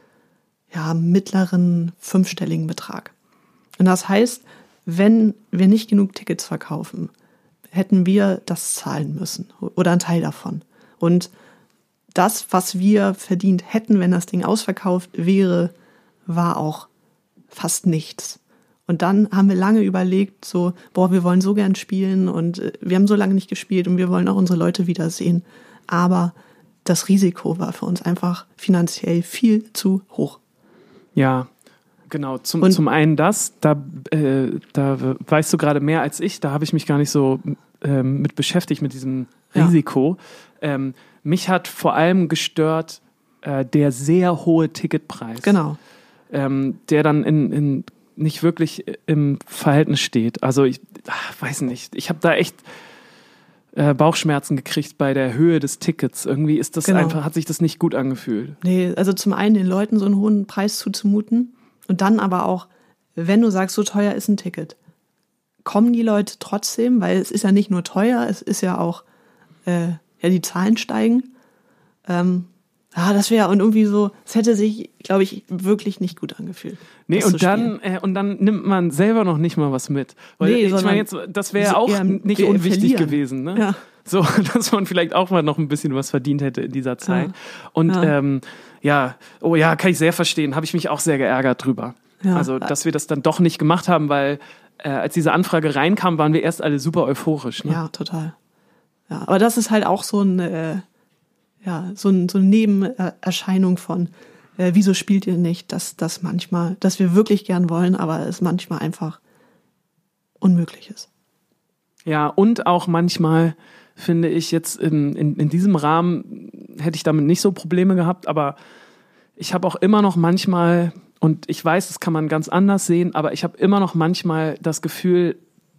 ja, mittleren fünfstelligen Betrag. Und das heißt, wenn wir nicht genug Tickets verkaufen, hätten wir das zahlen müssen oder einen Teil davon. Und das, was wir verdient hätten, wenn das Ding ausverkauft wäre, war auch fast nichts. Und dann haben wir lange überlegt, so, boah, wir wollen so gern spielen und wir haben so lange nicht gespielt und wir wollen auch unsere Leute wiedersehen. Aber das Risiko war für uns einfach finanziell viel zu hoch. Ja, genau. Zum, und, zum einen das, da, äh, da weißt du gerade mehr als ich, da habe ich mich gar nicht so ähm, mit beschäftigt, mit diesem Risiko. Ja. Ähm, mich hat vor allem gestört äh, der sehr hohe Ticketpreis. Genau. Ähm, der dann in, in nicht wirklich im Verhältnis steht. Also ich ach, weiß nicht, ich habe da echt äh, Bauchschmerzen gekriegt bei der Höhe des Tickets. Irgendwie ist das genau. einfach, hat sich das nicht gut angefühlt. Nee, also zum einen den Leuten so einen hohen Preis zuzumuten und dann aber auch, wenn du sagst, so teuer ist ein Ticket, kommen die Leute trotzdem, weil es ist ja nicht nur teuer, es ist ja auch, äh, ja, die Zahlen steigen. Ähm, Ah, das wäre und irgendwie so, es hätte sich, glaube ich, wirklich nicht gut angefühlt. Nee, und dann, äh, und dann nimmt man selber noch nicht mal was mit. Weil nee, ich meine jetzt, das wäre so auch nicht unwichtig verlieren. gewesen, ne? Ja. So, dass man vielleicht auch mal noch ein bisschen was verdient hätte in dieser Zeit. Ja. Und ja. Ähm, ja, oh ja, kann ich sehr verstehen, habe ich mich auch sehr geärgert drüber. Ja. Also, dass wir das dann doch nicht gemacht haben, weil äh, als diese Anfrage reinkam, waren wir erst alle super euphorisch. Ne? Ja, total. Ja, aber das ist halt auch so ein äh, Ja, so, ein, so eine Nebenerscheinung von, äh, wieso spielt ihr nicht, dass das manchmal, dass wir wirklich gern wollen, aber es manchmal einfach unmöglich ist. Ja, und auch manchmal finde ich jetzt in, in, in diesem Rahmen hätte ich damit nicht so Probleme gehabt, aber ich habe auch immer noch manchmal, und ich weiß, das kann man ganz anders sehen, aber ich habe immer noch manchmal das Gefühl,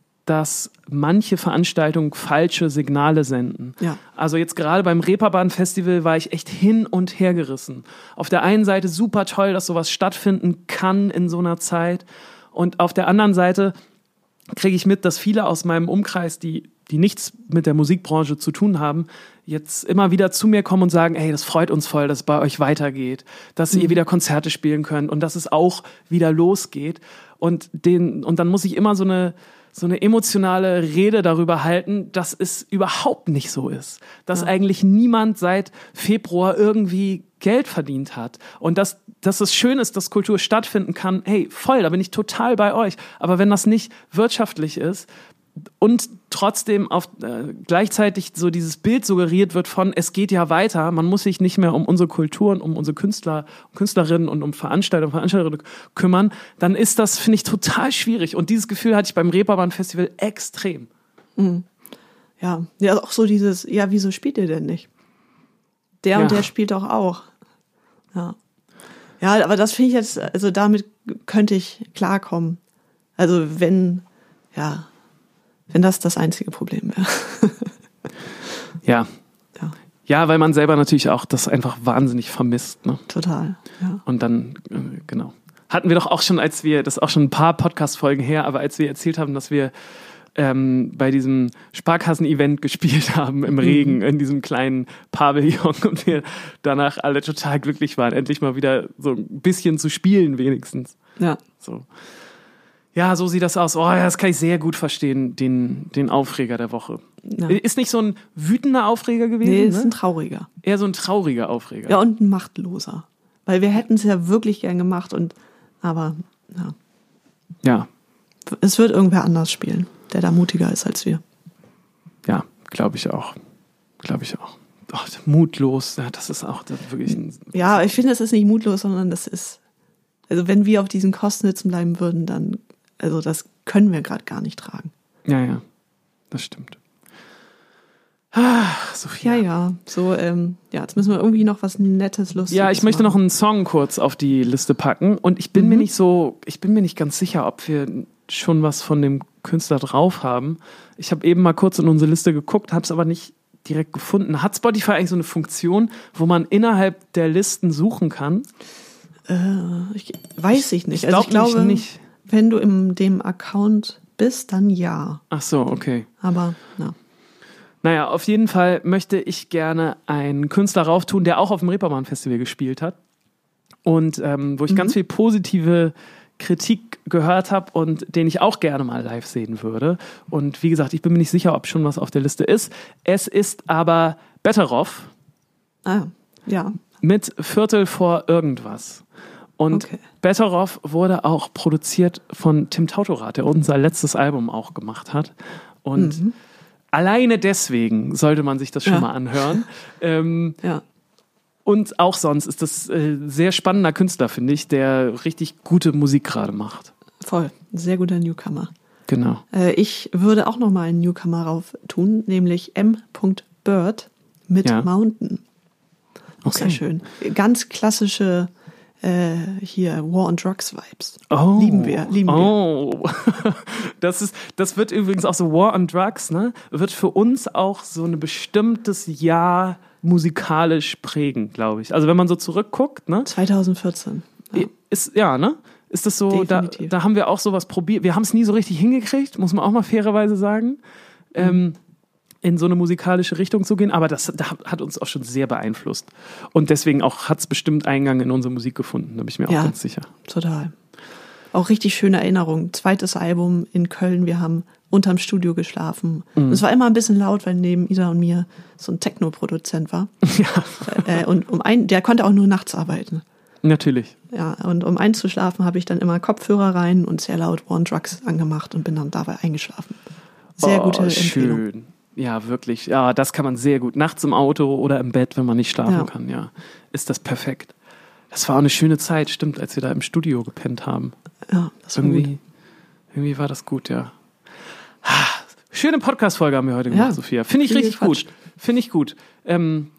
dass manche Veranstaltungen falsche Signale senden. Ja. Also jetzt gerade beim Reeperbahn-Festival war ich echt hin und her gerissen. Auf der einen Seite super toll, dass sowas stattfinden kann in so einer Zeit. Und auf der anderen Seite kriege ich mit, dass viele aus meinem Umkreis, die, die nichts mit der Musikbranche zu tun haben, jetzt immer wieder zu mir kommen und sagen, hey, das freut uns voll, dass es bei euch weitergeht, dass mhm. ihr wieder Konzerte spielen könnt und dass es auch wieder losgeht. Und, den, und dann muss ich immer so eine so eine emotionale Rede darüber halten, dass es überhaupt nicht so ist. Dass ja. eigentlich niemand seit Februar irgendwie Geld verdient hat. Und dass, dass es schön ist, dass Kultur stattfinden kann, hey, voll, da bin ich total bei euch. Aber wenn das nicht wirtschaftlich ist und trotzdem auf, äh, gleichzeitig so dieses Bild suggeriert wird von, es geht ja weiter, man muss sich nicht mehr um unsere Kulturen, um unsere Künstler, Künstlerinnen und um Veranstalter und Veranstalterinnen kümmern, dann ist das, finde ich, total schwierig. Und dieses Gefühl hatte ich beim Reeperbahn-Festival extrem. Mhm. Ja, ja, auch so dieses, ja, wieso spielt ihr denn nicht? Der ja. und der spielt doch auch. Ja, ja, aber das finde ich jetzt, also damit könnte ich klarkommen. Also wenn, ja, wenn das das einzige Problem wäre. ja. ja. Ja, weil man selber natürlich auch das einfach wahnsinnig vermisst. Ne? Total, ja. Und dann, äh, genau. Hatten wir doch auch schon, als wir, das ist auch schon ein paar Podcast-Folgen her, aber als wir erzählt haben, dass wir ähm, bei diesem Sparkassen-Event gespielt haben im Regen, in diesem kleinen Pavillon und wir danach alle total glücklich waren, endlich mal wieder so ein bisschen zu spielen wenigstens. Ja. So. Ja, so sieht das aus. Oh, das kann ich sehr gut verstehen, den, den Aufreger der Woche. Ja. Ist nicht so ein wütender Aufreger gewesen? Nee, ne? ist ein trauriger. Eher so ein trauriger Aufreger. Ja, und ein machtloser. Weil wir hätten es ja wirklich gern gemacht, und aber ja. Ja, Es wird irgendwer anders spielen, der da mutiger ist als wir. ja, glaube ich auch. Glaube ich auch. Oh, mutlos, ja, das ist auch das ist wirklich ein... Ja, ich finde, es ist nicht mutlos, sondern das ist, also wenn wir auf diesen Kosten sitzen bleiben würden, dann, also das können wir gerade gar nicht tragen. Ja, ja, das stimmt. Ah, Sophia. Ja, ja, so, ähm, ja, jetzt müssen wir irgendwie noch was Nettes, Lustiges Ja, ich möchte noch machen. einen Song kurz auf die Liste packen und ich bin Mhm. mir nicht so, ich bin mir nicht ganz sicher, ob wir schon was von dem Künstler drauf haben. Ich habe eben mal kurz in unsere Liste geguckt, habe es aber nicht direkt gefunden. Hat Spotify eigentlich so eine Funktion, wo man innerhalb der Listen suchen kann? Äh, ich, weiß ich nicht. Ich also ich glaub glaube, nicht. wenn du in dem Account bist, dann ja. Ach so, okay. Aber, na. Naja, auf jeden Fall möchte ich gerne einen Künstler rauftun, der auch auf dem Reeperbahn Festival gespielt hat und ähm, wo ich Mhm. ganz viel positive Kritik gehört habe und den ich auch gerne mal live sehen würde. Und wie gesagt, ich bin mir nicht sicher, ob schon was auf der Liste ist. Es ist aber Betteroff Ah, ja. mit Viertel vor irgendwas. Und Okay. Betteroff wurde auch produziert von Tim Tautorath, der unser letztes Album auch gemacht hat. Und Mhm. alleine deswegen sollte man sich das schon Ja. mal anhören. ähm, Ja. und auch sonst ist das äh, sehr spannender Künstler, finde ich, der richtig gute Musik gerade macht. Voll. Sehr guter Newcomer. Genau. Äh, ich würde auch noch mal einen Newcomer rauf tun, nämlich M. Bird mit Ja. Mountain. Auch Okay. sehr schön. Ganz klassische äh, hier War on Drugs Vibes. Oh. Lieben wir, lieben wir. Oh. Das ist, das wird übrigens auch so War on Drugs, ne? Wird für uns auch so ein bestimmtes Jahr musikalisch prägen, glaube ich. Also wenn man so zurückguckt, ne? zwanzig vierzehn. Ja. Ist, ja, ne? Ist das so, da, Definitiv. da haben wir auch sowas probiert. Wir haben es nie so richtig hingekriegt, muss man auch mal fairerweise sagen, ähm, in so eine musikalische Richtung zu gehen. Aber das, das hat uns auch schon sehr beeinflusst. Und deswegen auch hat es bestimmt Eingang in unsere Musik gefunden, da bin ich mir Ja. auch ganz sicher. Total. Auch richtig schöne Erinnerung. Zweites Album in Köln. Wir haben unterm Studio geschlafen. Und es war immer ein bisschen laut, weil neben Ida und mir so ein Techno-Produzent war. Ja, Äh, und um ein, der konnte auch nur nachts arbeiten. natürlich. Ja, und um einzuschlafen habe ich dann immer Kopfhörer rein und sehr laut War on Drugs angemacht und bin dann dabei eingeschlafen. Sehr Oh, gute Empfehlung. schön. Ja, wirklich. Ja, das kann man sehr gut. Nachts im Auto oder im Bett, wenn man nicht schlafen Ja. kann, ja. Ist das perfekt. Das war auch eine schöne Zeit, stimmt, als wir da im Studio gepennt haben. Ja, das war gut. Irgendwie, irgendwie war das gut, ja. Ah, schöne Podcast-Folge haben wir heute gemacht, Ja, Sophia. Finde ich viel richtig gut. gequatscht. Finde ich gut. Ähm,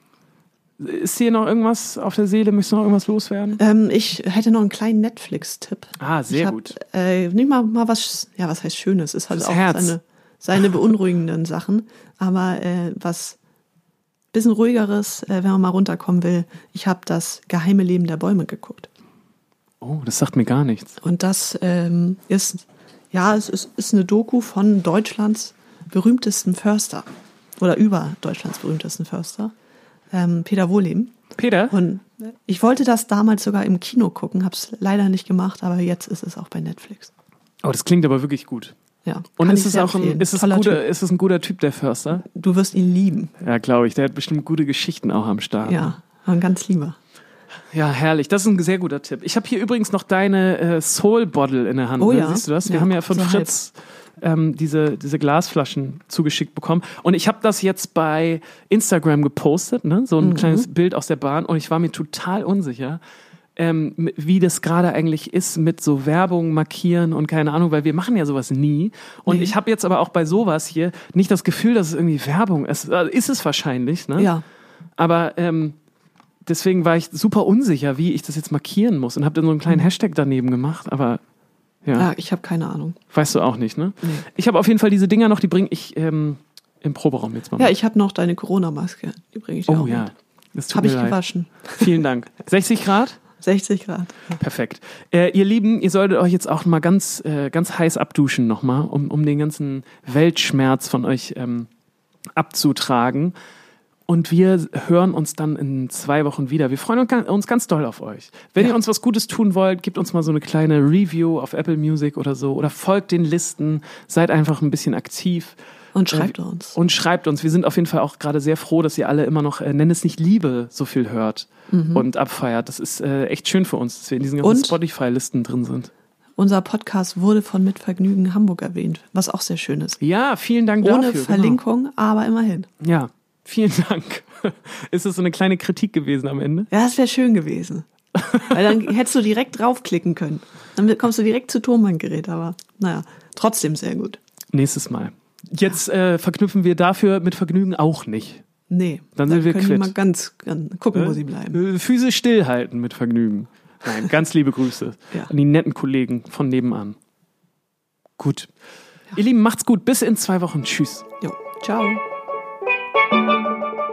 ist hier noch irgendwas auf der Seele? Möchtest du noch irgendwas loswerden? Ähm, ich hätte noch einen kleinen Netflix-Tipp. Ah, sehr ich hab, gut. Äh, nicht mal, mal was, ja, was heißt Schönes. Es hat Fürs auch Herz. seine, seine beunruhigenden Sachen. Aber äh, was bisschen ruhigeres, äh, wenn man mal runterkommen will. Ich habe das geheime Leben der Bäume geguckt. Oh, das sagt mir gar nichts. Und das ähm, ist, ja, es ist, ist eine Doku von Deutschlands berühmtesten Förster. Oder über Deutschlands berühmtesten Förster. Ähm, Peter Wohleben. Peter? Und ich wollte das damals sogar im Kino gucken, habe es leider nicht gemacht, aber jetzt ist es auch bei Netflix. Oh, das klingt aber wirklich gut. Ja, Und kann ist ich es sehr auch ein, empfehlen. ist es ein Toller guter, Typ. ist es ein guter Typ, der Förster? Du wirst ihn lieben. Ja, glaube ich. Der hat bestimmt gute Geschichten auch am Start. Ja, ein ganz lieber. Ja, herrlich. Das ist ein sehr guter Tipp. Ich habe hier übrigens noch deine äh, Soul Bottle in der Hand. Oh ne? ja. Siehst du das? Wir Ja, haben ja von so Fritz ähm, diese, diese Glasflaschen zugeschickt bekommen. Und ich habe das jetzt bei Instagram gepostet, ne? So ein Mhm. kleines Bild aus der Bahn. Und ich war mir total unsicher, ähm, wie das gerade eigentlich ist mit so Werbung markieren und keine Ahnung, weil wir machen ja sowas nie. Und Nee. ich habe jetzt aber auch bei sowas hier nicht das Gefühl, dass es irgendwie Werbung ist. Also ist es wahrscheinlich, ne? Ja, Aber ähm, deswegen war ich super unsicher, wie ich das jetzt markieren muss und habe dann so einen kleinen Hashtag daneben gemacht. Aber ja, ja ich habe keine Ahnung. weißt du auch nicht, ne? Nee. Ich habe auf jeden Fall diese Dinger noch, die bringe ich ähm, im Proberaum jetzt mal Ja, mit. ich habe noch deine Corona-Maske. Die bringe ich dir Oh auch ja, mit. das tut Habe mir ich leid. gewaschen. Vielen Dank. sechzig Grad? sechzig Grad. Perfekt. Äh, ihr Lieben, ihr solltet euch jetzt auch mal ganz, äh, ganz heiß abduschen nochmal, um, um den ganzen Weltschmerz von euch ähm, abzutragen. Und wir hören uns dann in zwei Wochen wieder. Wir freuen uns ganz doll auf euch. Wenn ja. ihr uns was Gutes tun wollt, gebt uns mal so eine kleine Review auf Apple Music oder so. Oder folgt den Listen. Seid einfach ein bisschen aktiv. Und schreibt uns. Und schreibt uns. Wir sind auf jeden Fall auch gerade sehr froh, dass ihr alle immer noch, äh, nenn es nicht Liebe, so viel hört mhm. und abfeiert. Das ist äh, echt schön für uns, dass wir in diesen ganzen Spotify-Listen drin sind. Unser Podcast wurde von Mit Vergnügen Hamburg erwähnt, was auch sehr schön ist. Ja, vielen Dank Ohne dafür. Ohne Verlinkung, genau. aber immerhin. Ja. Vielen Dank. Ist das so eine kleine Kritik gewesen am Ende? Ja, das wäre schön gewesen. Weil dann hättest du direkt draufklicken können. Dann kommst du direkt zu Tonbandgerät, aber naja, trotzdem sehr gut. Nächstes Mal. Jetzt äh, verknüpfen wir dafür mit Vergnügen auch nicht. Nee, dann sind wir können quitt. Die mal ganz, ganz gucken, äh, wo sie bleiben. Füße stillhalten mit Vergnügen. Nein, ganz liebe Grüße ja. an die netten Kollegen von nebenan. Gut. Ja. Ihr Lieben, macht's gut. Bis in zwei Wochen. Tschüss. Jo, ciao. Thank you.